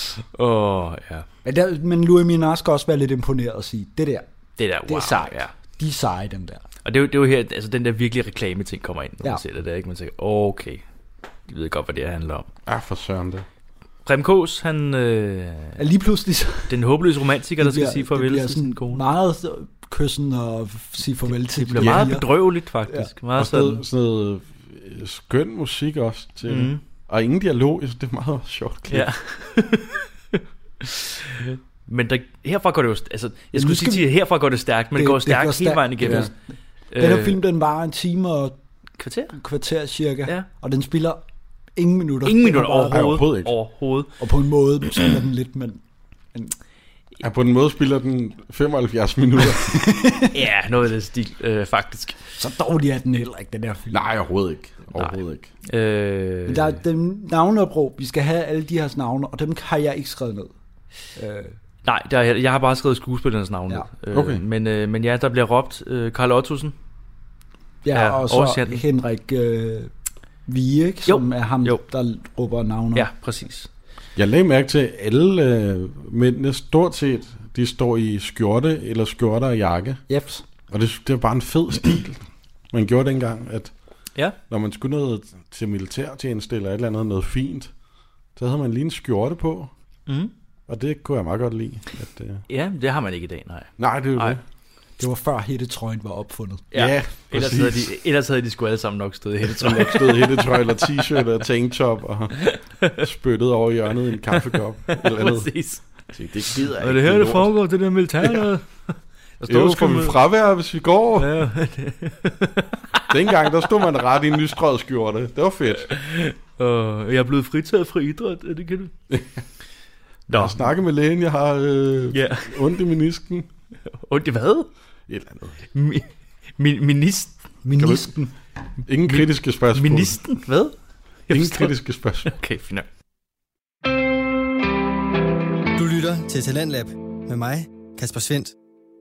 oh, ja. men, der, men Louis Menard skal også være lidt imponeret og sige, det der, det der, wow, det er sejt. Ja. De er seje, dem der. Og det er jo, det er jo her, altså den der virkelig reklame-ting kommer ind, når ja. man ser det der, ikke? Man tænker, okay, de ved godt, hvad det handler om. Ja, for søren det. Preben Kås, han... Øh, ja, lige pludselig... Den håbløse romantiker, der bliver, skal sige farvel til sin kone. Meget kyssen og sige farvel det, til. Det bliver meget piger. Bedrøveligt, faktisk. Ja. Meget og sådan, sådan noget skøn musik også til. Mm. Og ingen dialog, så det er meget sjovt klip. Ja. Men der, herfra går det jo... Altså, jeg skulle sige, at herfra går det stærkt, men det, det går stærkt det hele vejen igennem. Ja. Den her film, den var en time og... Kvarter? Kvarter cirka. Ja. Og den spiller ingen minutter. Ingen minutter overhovedet. overhovedet ikke. Overhovedet. Og på en måde spiller den lidt, men... men Ja, på den måde spiller den femoghalvfjerds minutter. Ja, noget af det stil, øh, faktisk. Så dårlig er den heller ikke, den der film. Nej, overhovedet ikke. Overhovedet ikke. Øh... Men der er den navneopråb. Vi skal have alle de her navne, og dem har jeg ikke skrevet ned. Øh... Nej, der, jeg, jeg har bare skrevet skuespillernes navne. Ja. Okay. Øh, men, øh, men ja, der bliver råbt øh, Carl Ottosen. Ja, Ja, og så oversat. Henrik øh, Vie, ikke, som Jo. er ham, Jo. der råber navne. Ja, præcis. Jeg lagde mærke til, at alle øh, mændene stort set, de står i skjorte eller skjorter og jakke. Jeps. Og det, det var bare en fed stil, man gjorde dengang, at Ja. når man skulle noget til militærtjeneste eller et eller andet noget fint, så havde man lige en skjorte på. Mm. Og det kunne jeg meget godt lide. At, øh... Ja, det har man ikke i dag, nej. Nej, det er jo Nej. det. Det var før hættetrøjen var opfundet. Ja, Ja, ellers, præcis. havde de, ellers havde de sgu alle sammen nok stået i hættetrøj. Så stod hættetrøj eller t-shirt og tanktop og spyttet over hjørnet i en kaffekop. Eller andet. Præcis. Det, det gider jeg Og det ikke. her, det lort. foregår, det der militær noget. Der Jo, får vi fravær, hvis vi går. Ja, Dengang, der stod man ret i en nystrøget skjorte. Det var fedt. og jeg er blevet fritaget fra idræt, er det kan du? Jeg Nå, har snakket med lægen, jeg har øh, ja. ondt i menisken. Og det hvad? Et eller andet. Mi, mi, minist, Ministeren. Ingen kritiske spørgsmål. Ministeren? Hvad? Jeg Ingen forstår- kritiske spørgsmål. Okay, fint nok. Du lytter til Talentlab med mig, Kasper Svendt.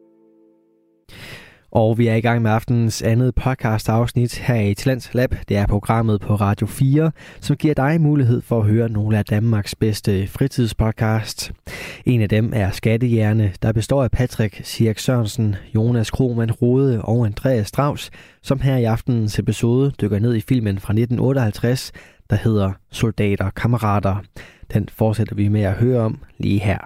Og vi er i gang med aftenens andet podcast-afsnit her i Talents Lab. Det er programmet på Radio fire, som giver dig mulighed for at høre nogle af Danmarks bedste fritidspodcast. En af dem er Skattehjerne, der består af Patrick Sierk Sørensen, Jonas Krohmann Rode og Andreas Strauss, som her i aftenens episode dykker ned i filmen fra nitten otteoghalvtreds, der hedder Soldater Kammerater. Den fortsætter vi med at høre om lige her.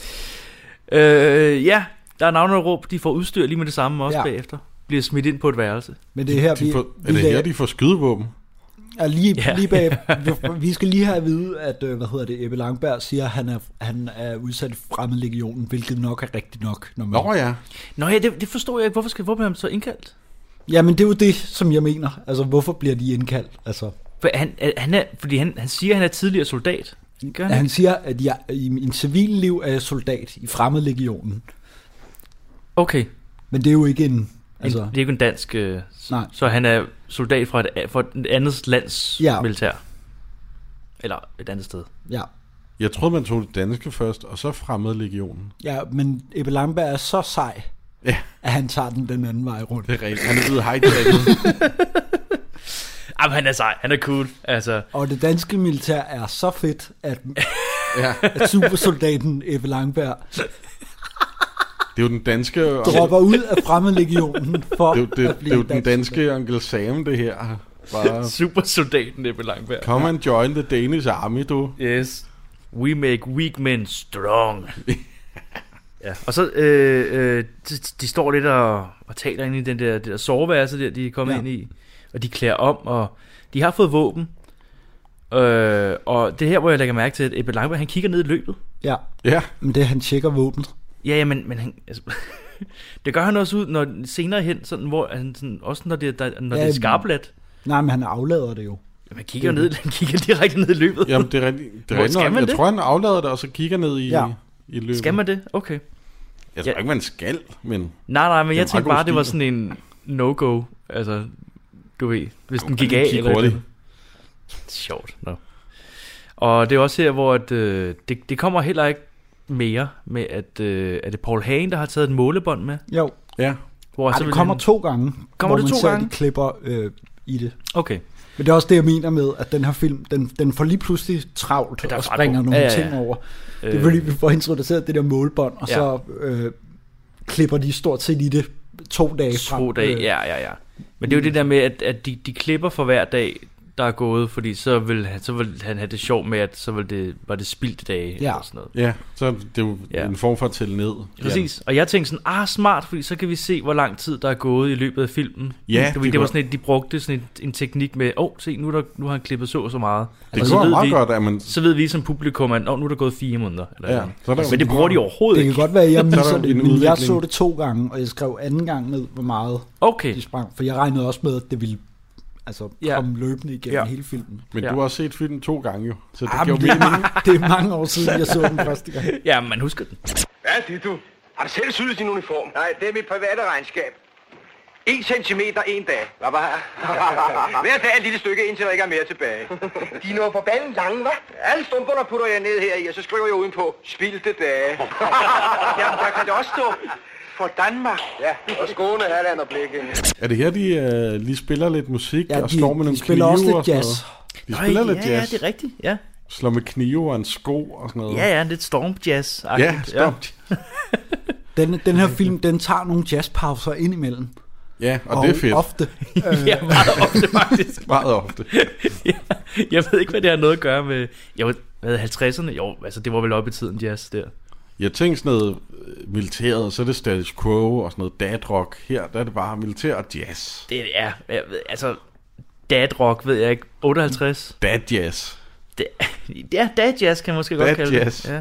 Øh, ja, der er navneråb, de får udstyr lige med det samme også Ja. ja. bagefter. Bliver smidt ind på et værelse. Men det er her, De vi, får, vi, er det her, laver- de får skydevåben? er lige, Ja. lige bag, vi, vi skal lige have at vide, at øh, hvad hedder det, Ebbe Langberg siger, at han er, han er udsat i Fremmedlegionen, hvilket nok er rigtigt nok. Når man... Nå ja. Nå ja, det, det forstår jeg ikke. Hvorfor skal hvorfor bliver han så indkaldt? Jamen det er jo det, som jeg mener. Altså hvorfor bliver de indkaldt? Altså, For han, han er, fordi han, han siger, at han er tidligere soldat. Gør han, han ikke? siger, at jeg i en civil liv er jeg soldat i Fremmedlegionen. Okay. Men det er jo ikke en... Altså, Altså, det er ikke en dansk... Øh, nej. Så han er soldat fra et, fra et andet lands Ja. ja. militær. Eller et andet sted. Ja. Jeg troede, man tog det danske først, og så Fremmedlegionen. Ja, men Ebbe Langberg er så sej, Ja. at han tager den den anden vej rundt. Det er rigtigt. Han er blevet hijacket. Jamen, han er sej. Han er cool. Altså, Og det danske militær er så fedt, at, Ja. at supersoldaten Ebbe Langberg Det er jo den danske... dropper ud af Fremmedlegionen for Det er jo, det, at det er blive jo den dansk danske Onkel Sam, det her. Bare, supersoldaten Ebbe Langberg. come and join the Danish army, du. Yes. We make weak men strong. Ja, og så øh, øh, de, de står lidt og, og taler inde i den der, det der soveværelse der, de er kommet Ja. ja. ind i. Og de klæder om, og de har fået våben. Øh, og det er her, hvor jeg lægger mærke til, at Ebbe Langberg, han kigger ned i løbet. Ja, Ja. men det er, han tjekker våbnet. Ja, ja, men, men han, altså, det gør han også ud, når senere hen, sådan, hvor han, sådan, også når det, der, når Ja, det er skarplet. Nej, men han aflader det jo. Man kigger ned, han kigger direkte ned i løbet. Jamen, det er rigtigt. Det er Hvor rigtigt skal nok. man Jeg det? tror, han aflader det, og så kigger ned i, Ja. i løbet. Skal man det? Okay. Jeg tror Ja. ikke, man skal, men... Nej, nej, men Det er jeg en tænkte meget god bare, det var stil. sådan en no-go. Altså, du ved, hvis den man gik kan af. kigge Eller hurtigt. noget. Sjovt, no. Og det er også her, hvor at, øh, det, det kommer heller ikke mere med, at øh, er det Paul Hagen, der har taget et målebånd med? Jo, Ja. Hvor Ej, så det vil kommer han... to gange, Kommer hvor det man to ser, gange? de klipper øh, i det. Okay. Men det er også det, jeg mener med, at den her film, den, den får lige pludselig travlt Ja, der er og fart springer på. nogle Ja, ja, ja. ting over. Det er Øh, fordi, vi får introduceret det der målbånd, og Ja. så øh, klipper de stort set i det to dage frem. To dage, Øh, ja, ja, ja. Men det er jo det der med, at, at de, de klipper for hver dag, der er gået, fordi så vil han, så vil han have det sjovt med, at så vil det, var det spildte dage, Ja. eller sådan noget. Ja, så det er jo Ja. en form for at tælle ned. Præcis, og jeg tænkte sådan, ah smart, fordi så kan vi se, hvor lang tid der er gået i løbet af filmen. Ja, du det ved, det var kunne- sådan et, de brugte sådan et, en teknik med, åh, oh, se, nu, er der, nu har han klippet så og så meget. Det Og så går ved meget vi, godt, at man... Så ved vi som publikum, at oh, nu er der gået fire måneder. Eller Ja, ja, så er der jo men det bruger de meget- overhovedet Det kan ikke. godt være, at jeg Så er der misser en det, men jeg udvikling. så det to gange, og jeg skrev anden gang ned, hvor meget Okay, de sprang. For jeg regnede også med, at det ville altså, Ja. komme løbende igennem Ja. hele filmen. Men Ja. du har også set filmen to gange jo, så det Ah, giver men jo det, er mening. mange, det er mange år siden, jeg så den første gang. ja, man husker den. Hvad er det, du? Har du selv syet din uniform? Nej, det er mit private regnskab. En centimeter, en dag. Hvad var jeg? Hver dag et lille stykke, indtil der ikke er mere tilbage. De er noget forbandet lange, hva'? Alle stumperne putter jeg ned her i, og så skriver jeg udenpå, spildte dage. Jamen, der kan det også stå. For Danmark. Ja, og Skåne, Halland og Blekinge. Er det her, de uh, lige spiller lidt musik ja, og står med de nogle spiller knive også lidt og sådan jazz. noget? De spiller Nå, lidt ja, jazz. Ja, det er rigtigt, ja. Slår med knive og en sko og sådan noget. Ja, ja, lidt storm jazz. Ja, storm. Ja. den, den her film, den tager nogle jazzpauser ind imellem. Ja, og, og det er fedt. ofte. Ja, meget ofte faktisk. Meget ofte. Ja, jeg ved ikke, hvad det har noget at gøre med... Jo, hvad, halvtredserne? Jo, altså det var vel op i tiden jazz der. Jeg tænkte sådan noget militæret, så er det status quo og sådan noget dad rock. Her der er det bare militær og jazz. Det er, jeg ved, altså, dad rock, ved jeg ikke, otteoghalvtreds? Dad jazz. Det, ja, dad jazz kan man måske dad godt kalde jazz. det.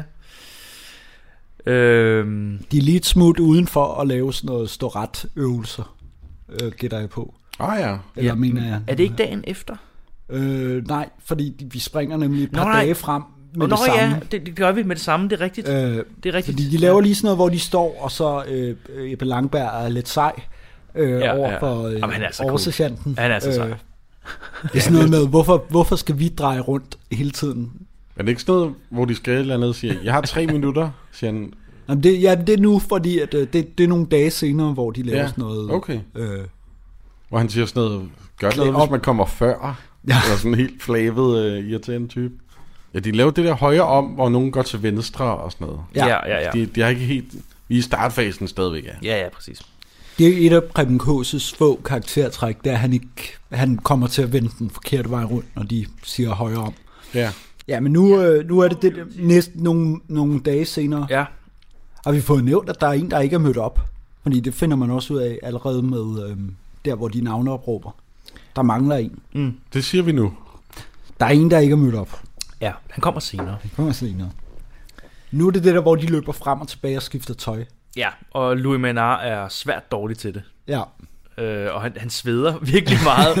Ja. Øhm. De er lige et smut udenfor at lave sådan noget stå-ret øvelser, øh, gætter jeg på. Ah ja. Eller ja, mener jeg. Er det ikke dagen efter? Øh, nej, fordi vi springer nemlig et par Nå, dage frem med Nå, det samme. ja, det, det gør vi med det samme, det er rigtigt. Øh, det er rigtigt. Fordi de laver lige sådan noget, hvor de står, og så øh, Ebbe Langberg er lidt sej øh, Ja, over ja. for øh, Jamen, han er så cool. oversergeanten. Han er så sej. Øh, det er sådan noget med, hvorfor, hvorfor skal vi dreje rundt hele tiden? Er det ikke sådan noget, hvor de skal et eller andet og siger, jeg har tre minutter, siger han. Jamen det, ja, det er nu, fordi at, det, det er nogle dage senere, hvor de laver Ja, sådan noget. okay. Øh, Hvor han siger sådan noget, gør noget, hvis man kommer før. Ja. Eller sådan en helt flavet, uh, irriterende type. Ja, de laver det der højre om, hvor nogen går til venstre og sådan noget. Ja, ja, ja. ja. De, de har ikke helt... Vi er i startfasen stadigvæk, ja. Ja, ja, præcis. Det er et af Preben Kaas' få karaktertræk, der han ikke han kommer til at vende den forkerte vej rundt, når de siger højre om. Ja. Ja, men nu, øh, nu er det, det næsten nogle, nogle dage senere. Ja. Har vi fået nævnt, at der er en, der ikke er mødt op? Fordi det finder man også ud af allerede med øh, der, hvor de navneopråber. Der mangler en. Mm. Det siger vi nu. Der er en, der ikke er mødt op. Ja, han kommer senere. Han kommer senere. Nu er det det der, hvor de løber frem og tilbage og skifter tøj. Ja, og Louis Menard er svært dårlig til det. Ja. Øh, og han, han sveder virkelig meget.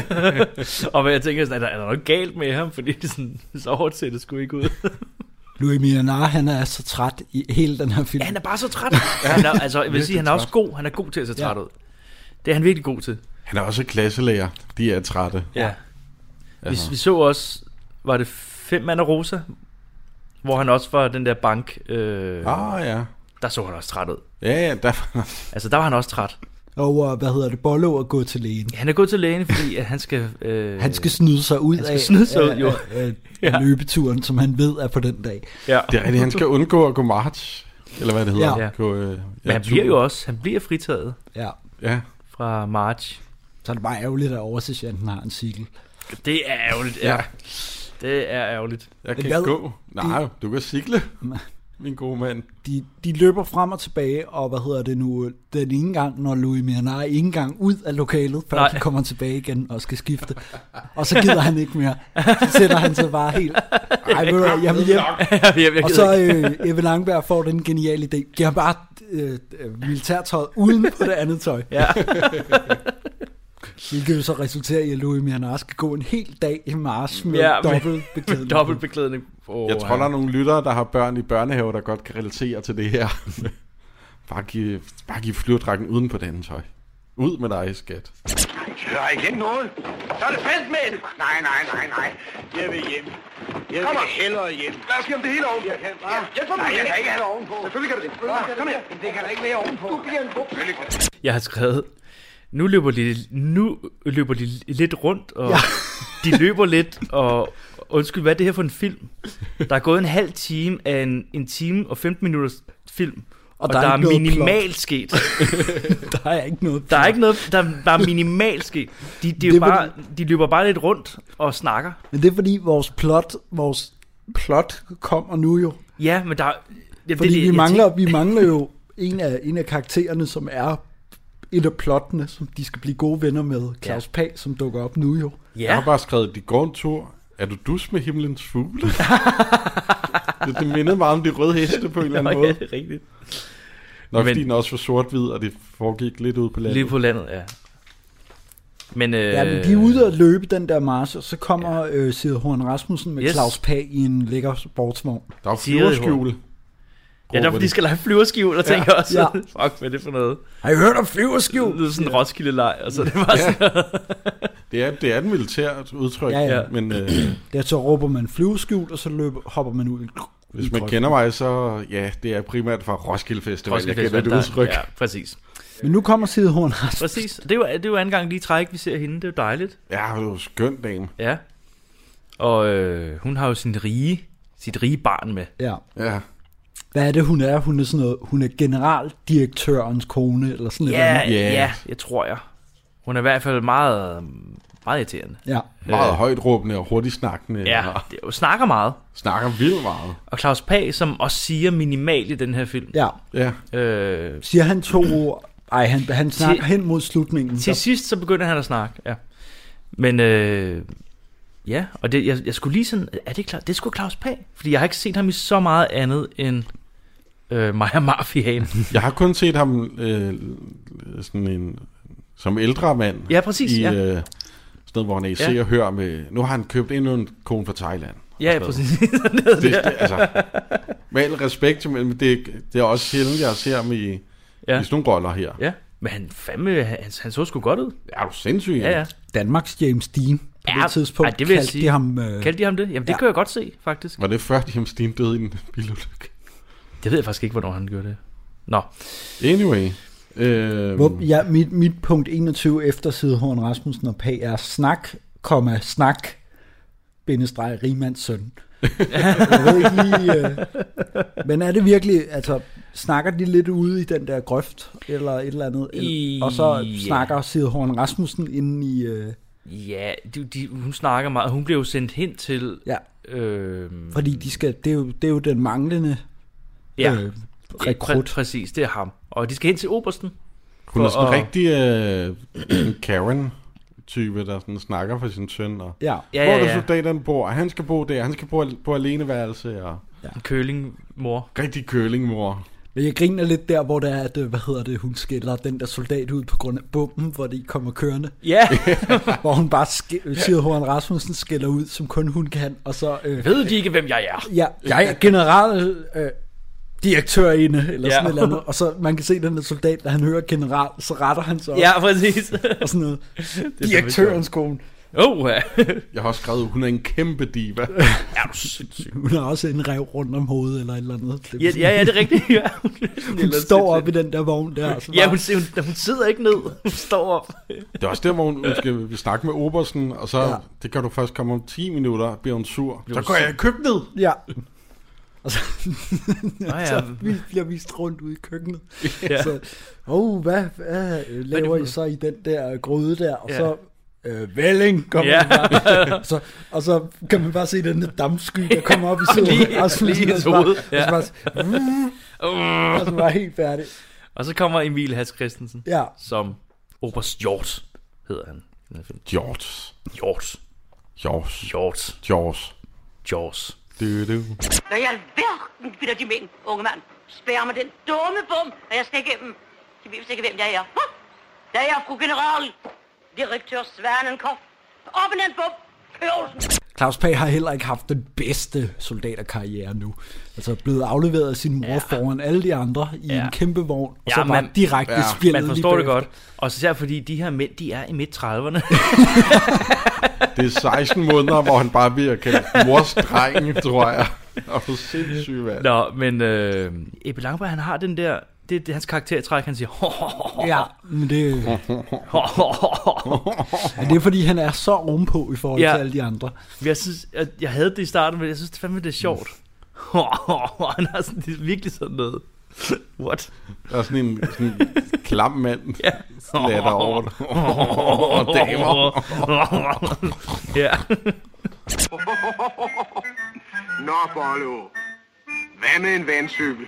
Og hvad jeg tænker, er der, er der noget galt med ham? Fordi det sådan, så hårdt ser det sgu ikke ud. Louis Menard, han er så træt i hele den her film. Ja, han er bare så træt. Han er, altså, jeg vil sige, han er også god. Han er god til at se træt ud. Det er han virkelig god til. Han er også klasselærer. De er trætte. Ja. Altså. Vi, vi så også, var det Fem Mand og Rosa? Hvor han også var den der bank. Øh, ah, ja. Der så han også træt ud. Ja, ja. Der... altså, der var han også træt. Og hvad hedder det, Bollo at gå til lægen. Ja, han er gået til lægen, fordi at han skal... Øh, han skal snyde sig ud han skal af, snyde sig ud, af, jo. af, af, af ja. løbeturen, som han ved er på den dag. Ja. Det er rigtigt, han skal undgå at gå march, eller hvad det hedder. Ja. Gå, øh, Men han bliver jo også, han bliver fritaget. Ja. Ja. Fra march. Så er det bare ærgerligt, at oversergeanten har en cykel. Det er ærgerligt, ja. ja. Det er ærgerligt. Jeg kan ikke gå. Nej, du kan cykle, min gode mand. De, de løber frem og tilbage, og hvad hedder det nu, den ene gang, når Louis Menard ikke engang ud af lokalet, før de kommer tilbage igen og skal skifte. Og så gider han ikke mere. Så sætter han sig bare helt, ej, ved du, jeg vil hjem. Og så øh, Ebbe Langberg får den geniale idé. Giv ham bare øh, militærtøjet uden på det andet tøj. Ja. Hvilket jo så resulterer i, at Louis Menard skal gå en hel dag i march med ja, dobbeltbeklædning. dobbeltbeklædning. Oh, jeg tror, ja. der er nogle lyttere, der har børn i børnehave, der godt kan relatere til det her. bare give, bare give flyverdragten uden på det andet tøj. Ud med dig, skat. Jeg har ikke noget. Så er det fast med det. Nej, nej, nej, nej. Jeg vil hjem. Jeg vil hellere hjem. Lad os give ham det hele ovenpå. Jeg kan, ja. jeg nej, jeg kan ikke have det ovenpå. Selvfølgelig kan du det. Ja, kom her. Det kan der ikke være ovenpå. Du bliver en bog. Jeg har skrevet... Nu løber de, nu løber de lidt rundt, og ja. de løber lidt, og undskyld, hvad er det her for en film? Der er gået en halv time af en, en time og femten minutters film, og, og der, der er, er minimalt sket. Der er ikke noget. Der er ikke noget, der, der er minimalt sket. De, de, er bare, de løber bare lidt rundt og snakker. Men det er fordi, vores plot, vores plot kommer nu jo. Ja, men der... Det, fordi det, vi, mangler, tænker... vi mangler jo en af, en af karaktererne, som er... et af plottene, som de skal blive gode venner med. Claus ja. Pag, som dukker op nu jo. Ja. Jeg har bare skrevet, de går en tur. Er du dus med himlens fugle? det, det mindede meget om de røde heste på en eller anden Nå, måde. Ja, det er rigtigt. Nok fordi den også var sort-hvid, og det foregik lidt ude på landet. Lidt på landet, ja. Men, øh... ja, men de er ude at løbe den der march, og så kommer ja. øh, Sigrid Horn Rasmussen med yes. Claus Pag i en lækker sportsvogn. Der er flyverskjul. Ja, derfor de skal lege flyverskjul, og tænker ja. også, Ja. fuck, hvad er det for noget? Har I hørt om flyverskjul? Det er sådan en Roskilde-leg, og så det var sådan ja. det, er, det er et militært udtryk, Ja, ja. men øh, Der så råber man flyverskjul, og så løber, hopper man ud. hvis man kender mig, så ja, det er primært fra Roskilde Festival. Roskilde Jeg kender det Festival, udtryk. ja, præcis. Men nu kommer Side Horn Rasmussen. Præcis. Det er, jo, det er jo anden gang lige træk, vi ser hende. Det er jo dejligt. Ja, det er jo skønt, dame. Ja. Og øh, hun har jo sin rige, sit rige barn med. Ja. Ja. Hvad er det, hun er? Hun er sådan noget, hun er generaldirektørens kone, eller sådan Ja, noget. ja, ja, jeg tror jeg. Hun er i hvert fald meget, meget irriterende. Ja. Meget Øh. højt råbende og hurtigt snakkende. Ja, og det er jo snakker meget. snakker vildt meget. Og Claus Pagh, som også siger minimalt i den her film. Ja. Ja. Øh, Siger han to ord? Ej, han, han snakker Til- hen mod slutningen. til sidst, så begynder han at snakke, ja. Men, øh, ja, og det, jeg, jeg skulle lige sådan, er det klart? Det er sgu Claus Pagh, fordi jeg har ikke set ham i så meget andet end øh, Maja Mafiaen. Jeg har kun set ham øh, sådan en, som ældre mand. Ja, præcis, I ja. øh, sådan noget, hvor han er i Ja. Se og Hør med... Nu har han købt endnu en kone fra Thailand. Ja, Og præcis. det, det, altså, med al respekt, men det, det er også sjældent, jeg ser ham i, Ja. i sådan nogle roller her. Ja, men han fandme, han, han så sgu godt ud. Er du sindssyg? Ja, ja. Danmarks James Dean på Ja, det tidspunkt. ej, det vil jeg kaldte sige. de ham, øh, Kaldte de ham det? Jamen, det Ja. kan jeg godt se, faktisk. Var det før James Dean døde i en bilulykke? Det ved jeg faktisk ikke, hvornår han gjorde det. Nå. Anyway. Øh, Hvor, ja, mit, mit punkt enogtyve efter Side Horn Rasmussen og Pagh er snak, komma, snak, bindestreg, Riemanns søn. Jeg ved ikke lige, øh, men er det virkelig, altså, snakker de lidt ude i den der grøft, eller et eller andet, I- og så ja. snakker Side Horn Rasmussen inde i, øh, Ja, de, de, hun snakker meget. Hun blev jo sendt hen til... ja, Øh, fordi de skal, det er jo, det er jo den manglende ja, øh, rekrut. præ- præcis, det er ham. Og de skal hen til obersten. hun er sådan en og- rigtig øh, en Karen-type, der sådan snakker for sin søn. Og, Ja, Ja, hvor ja, er ja. der soldaterne bor? Han skal bo der. Han skal bo på aleneværelse. Og En køling, mor. rigtig kølingmor. men jeg griner lidt der, hvor det er, at, øh, hvad hedder det, hun skiller den der soldat ud på grund af bomben, hvor de kommer kørende. Ja, Hvor hun bare sk- siger, Horn Rasmussen skiller ud, som kun hun kan, og så... Øh, ved de ikke, hvem jeg er? ja, jeg er general øh, direktørinde, eller Ja. sådan et eller andet, og så man kan se den der soldat, da han hører general, så retter han sig op, Ja, præcis. og sådan noget. er Direktørens kone. Oh, ja. Jeg har også skrevet, hun er en kæmpe diva. Er du sindssyg? Hun har også en rev rundt om hovedet, eller et eller andet. Det er Ja, sådan- ja, ja, det er rigtigt. Ja. Hun står op i den der vogn der, og så Ja, bare- hun, hun, hun sidder ikke ned. Hun står op. Det er også der, hvor hun hun skal snakke med obersten, og så, Ja. ja. det kan du først komme om ti minutter, bliver hun sur. Bliver Så hun går jeg i køkkenet. Ja. Og så, Nå, ja. så vi bliver vist rundt ude i køkkenet. Ja. Så, oh, hvad, hvad laver I så i den der gryde der? Og Ja. så, øh, vælling kommer Ja. ja. bare. Så, og så kan man bare se den der dampsky, der kommer op i siden. Lige- og så, lige i og så bare, hovedet, og så ja. bare, Uh. og så bare helt færdig. Og så kommer Emil Hans Christensen, Ja. som Oberst Hjort hedder han. i den her film. George. Hjort. George. Hjort. George. Hjort. Du, du. Hvad i alverden bilder de mænd, unge mand? Spær mig den dumme bum, og jeg skal igennem. De ved vist ikke, hvem jeg er. Huh? Jeg er fru general, direktør Svanenkopf. Op i den bum, Kørelsen. Claus Pagh har heller ikke haft den bedste soldaterkarriere nu. Altså blevet afleveret af sin mor ja. foran alle de andre i Ja. en kæmpe vogn, og Ja, så bare man- direkte ja, spillet Man forstår det lige godt. Og især fordi de her mænd, de er i midt trediverne. Det er seksten måneder, hvor han bare bliver kaldt mors dreng, tror jeg. Og du er sindssyg, mand. Nå, men øh, Ebbe Langberg, han har den der, det, det er hans karaktertræk, han siger, Ja, men det, men det er fordi, han er så ovenpå i forhold Ja. til alle de andre. jeg synes, jeg, jeg havde det i starten, men jeg synes fandme, det er sjovt. Han har sådan, det er virkelig sådan noget. What? Der er sådan en, sådan en klam mand, Ja. latter over det. Åh, damer. Ja. Nå, Bollo. Hvad med en vandcykel?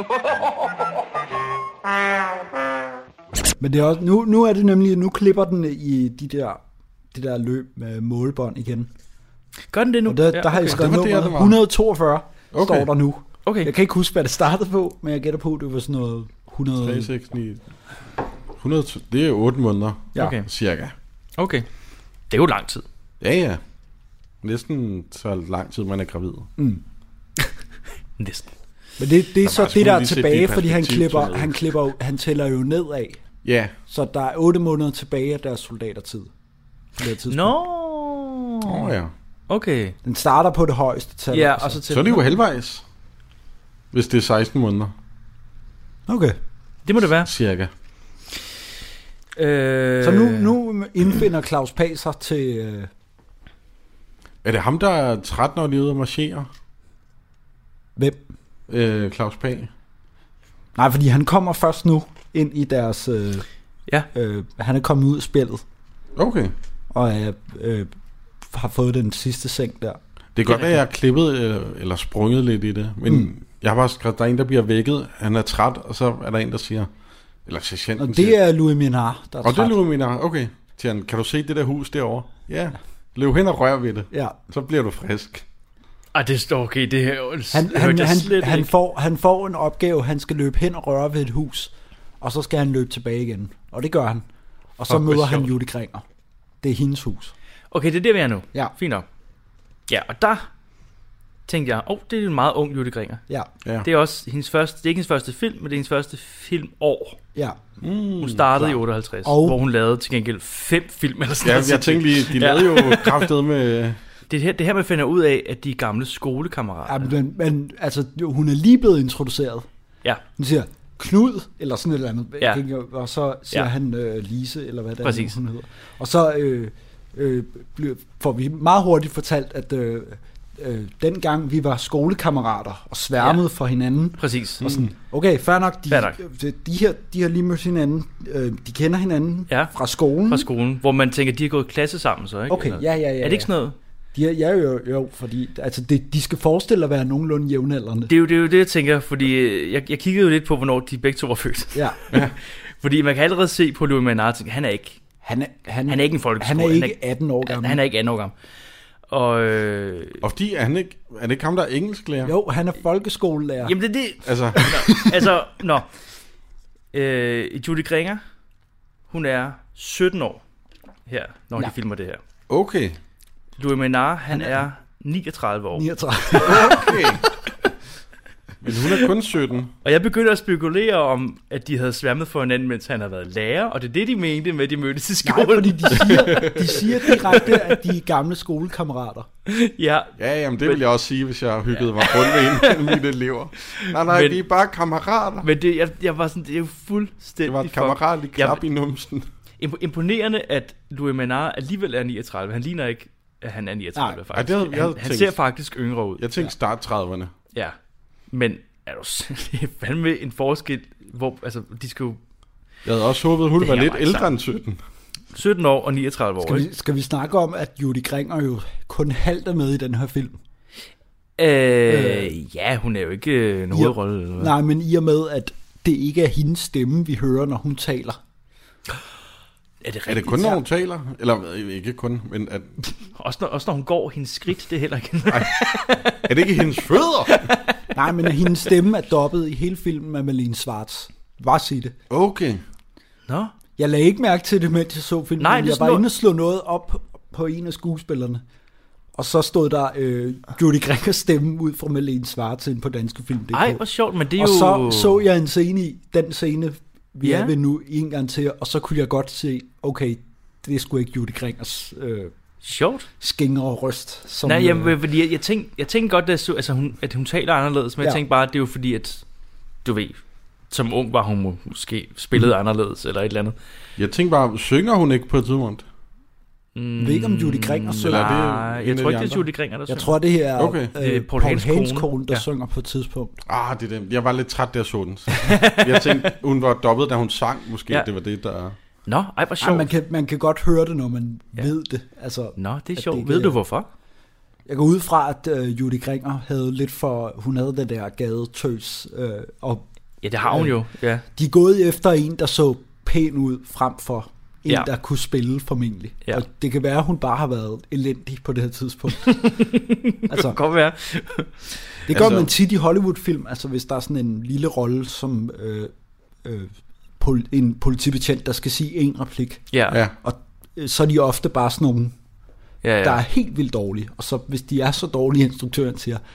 Men det er også, nu, nu er det nemlig, nu klipper den i de der, de der løb med målbånd igen. Gør den det nu? Og der, der har jeg skrevet det var der, nummeret det var. et hundrede og toogfyrre, Okay. står der nu. Okay. Jeg kan ikke huske, hvad det startede på, men jeg gætter på, at det var sådan noget hundrede... tre, seks, ni hundrede, det er otte måneder, Ja. Okay. cirka. Okay. Det er jo lang tid. Ja, ja. Næsten så lang tid, man er gravid. Mm. Næsten. Men det, det er så det, der er tilbage, de fordi han klipper, til han klipper, han tæller jo nedad. Ja. Så der er otte måneder tilbage af deres soldatertid. Nå. Åh oh, ja. Okay. Den starter på det højeste tal. Ja, og så, så er det jo halvvejs. Hvis det er seksten måneder. Okay. Det må det være. Cirka. Øh... Så nu, nu indfinder Claus Pag sig til... Øh... Er det ham, der er træt, når de er ude og marchere? Hvem? Øh, Claus Pag. Nej, fordi han kommer først nu ind i deres... Øh... Ja. Øh, han er kommet ud af spillet. Okay. Og øh, øh, har fået den sidste seng der. Det kan godt være, at jeg har klippet øh, eller sprunget lidt i det. Men mm. jeg har bare skrevet, der er en, der bliver vækket. Han er træt, og så er der en, der siger... Eller sergeanten og det siger, er Louis Minard, der er og træt. det er Louis Minard, okay. Siger han, kan du se det der hus derovre? Ja. Løb hen og rør ved det. Ja. Så bliver du frisk. Ah, det står okay, det her han, han, han, han, får, han får en opgave, han skal løbe hen og røre ved et hus, og så skal han løbe tilbage igen. Og det gør han. Og så Fuck, møder hvor han sjovt. Judy Kringer. Det er hendes hus. Okay, det er der, vi er nu. Ja. Fint nok. Ja, og der tænkte jeg, åh, oh, det er en meget ung Judy Kringer. Ja. Ja. Det er også hendes første, det er ikke hendes første film, men det er hendes første filmår. Ja. Mm, hun startede klar. i otteoghalvtreds, Og- hvor hun lavede til gengæld fem film eller sådan Ja, noget. jeg tænkte lige, de lavede jo kraftet med... Det her, det her, man finder ud af, at de er gamle skolekammerater. Ja, men, men altså, hun er lige blevet introduceret. Ja. Hun siger, Knud, eller sådan et eller andet. Ja. Og så siger Ja. han øh, Lise, eller hvad det Præcis. er, hun hedder. Og så øh, øh, bliver- får vi meget hurtigt fortalt, at øh, øh, dengang vi var skolekammerater og sværmede Ja. for hinanden. Præcis. Og sådan, okay, fair nok, de, Fair nok. de, de, her, de har lige mødt hinanden, øh, de kender hinanden Ja. fra skolen. Fra skolen, hvor man tænker, de har gået i klasse sammen så, ikke? Okay, Eller- ja, ja, ja. Er det ikke sådan noget? De er, ja, jo, jo, fordi altså, det, de skal forestille at være nogenlunde jævnaldrende. Det er jo det, er jo det jeg tænker, fordi øh, jeg, jeg kiggede jo lidt på, hvornår de begge to var født. Ja. Fordi man kan allerede se på Louis Minard, han er ikke, Han er, han, han er ikke en folkeskole. han er ikke atten år gammel. Han er ikke atten år gammel. Og, øh, Og fordi er han ikke, er det ikke ham, der er engelsklærer? Jo, han er folkeskolelærer. jamen det er det. Altså, Altså, nå. Øh, Judy Kringer, hun er sytten år her, når Ja. de filmer det her. okay. Louis Minard, han, Han er- er niogtredive år. niogtredive. Okay. Men hun er kun sytten. Og jeg begyndte at spekulere om, at de havde sværmet for hinanden, mens han havde været lærer, og det er det, de mente med, at de mødtes i Nej, skolen. fordi de siger, de siger direkte, at de er gamle skolekammerater. Ja, Ja, jamen det vil jeg også sige, hvis jeg hyggede mig rundt med en af mine elever. Nej, nej, Men- vi er bare kammerater. men det, jeg, jeg var sådan, det er jo fuldstændig... Det var et fuck- kammeratligt klap i numsen. Imp- Imponerende, at Louis Minard alligevel er niogtredive. Han ligner ikke, at han er niogtredive, Nej, faktisk. det havde- jeg havde han, han tænkt- ser faktisk yngre ud. Jeg tænkte start trediverne. Ja, men er du s- det er fandme en forskel, hvor, altså, de skal jo Jeg havde også håbet, at hun Det var her lidt var ikke ældre sammen. end sytten. sytten år og niogtredive år, Skal ikke? vi, skal vi snakke om, at Judy Kringer jo kun halvt er med i den her film? Øh, ja, hun er jo ikke øh, en Ja. hovedrolle. Eller hvad? Nej, men i og med, at det ikke er hendes stemme, vi hører, når hun taler. Er det Er det rigtigt? kun, når hun taler? Eller øh, ikke kun, men at, Også, når, også når hun går, hendes skridt, det er heller ikke... er det ikke hendes fødder? Nej, men hendes stemme er dobbet i hele filmen med Malene Schwartz. Bare sig det. Okay. Nå, Jeg lagde ikke mærke til det, mens jeg så filmen. Nej, men det er jeg sådan var noget- inde og slå noget op på en af skuespillerne. Og så stod der øh, Judy Kringers stemme ud fra Malene Schwartz ind på danske film punktum d k. ej, hvor sjovt, men det er Og jo... så så jeg en scene i, den scene, vi Ja. er ved nu, en gang til, og så kunne jeg godt se, okay, det er sgu ikke Judy Kringers øh, Sjovt. skingre og røst. Som, Nej, øh, jamen, fordi jeg, jeg, tænkte, jeg tænkte godt, at, jeg så, altså, hun, at hun taler anderledes, men ja. jeg Ja. tænkte bare, at det er jo fordi, at du ved, som ung var hun må- måske spillet mm. anderledes, eller et eller andet. Jeg tænkte bare, synger hun ikke på et tidspunkt? Mm, Jeg ved ikke, om Judy Kringer synger. Eller er det Nej, en jeg af tror de ikke, det er andre? Judy Kringer, der Jeg synger. tror, det her er Okay. øh, Det er Paul Paul Hagens Hagens kone, der ja. synger på et tidspunkt. Ah, det er det. Jeg var lidt træt, da jeg så den. Jeg tænkte, hun var dobbelt, da hun sang. Måske Ja. det var det, der... Nå, ej, hvor Ej, sjovt. man, kan, man kan godt høre det, når man Ja. ja. ved det. Altså, Nå, det er at sjovt. det Ved ikke du er- hvorfor? Jeg går ud fra, at øh, Judy Kringer havde lidt for... Hun havde det der gadetøs, øh, og Ja, det har hun jo. Ja. de er gået efter en, der så pæn ud, frem for en, Ja. ja. der kunne spille formentlig. Ja. Og det kan være, at hun bare har været elendig på det her tidspunkt. Det altså, kan godt være. det gør Altså- man tit i Hollywood-film, altså hvis der er sådan en lille rolle som øh, øh, pol- en politibetjent, der skal sige en replik. Ja, Ja. Og øh, så er de ofte bare sådan nogle, ja, ja. der er ja. helt vildt dårlige. Og så hvis de er så dårlige, instruktøren siger,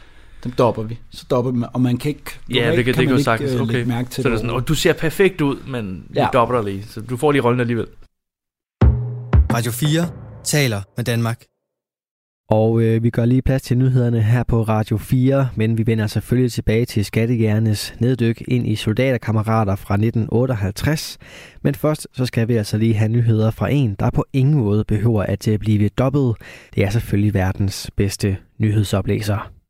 dem dopper vi. Så dopper vi, og man kan ikke, ja, det kan, kan det man kan ikke okay. lægge mærke til så det. Så det er sådan, du ser perfekt ud, men vi ja. dopper dig lige, så du får lige rollen alligevel. Radio fire taler med Danmark. Og øh, vi gør lige plads til nyhederne her på Radio fire, men vi vender selvfølgelig tilbage til Skattejernes neddyk ind i soldaterkammerater fra nitten otteoghalvtreds. Men først så skal vi altså lige have nyheder fra en, der på ingen måde behøver at blive dobbelt. Det er selvfølgelig verdens bedste nyhedsoplæser.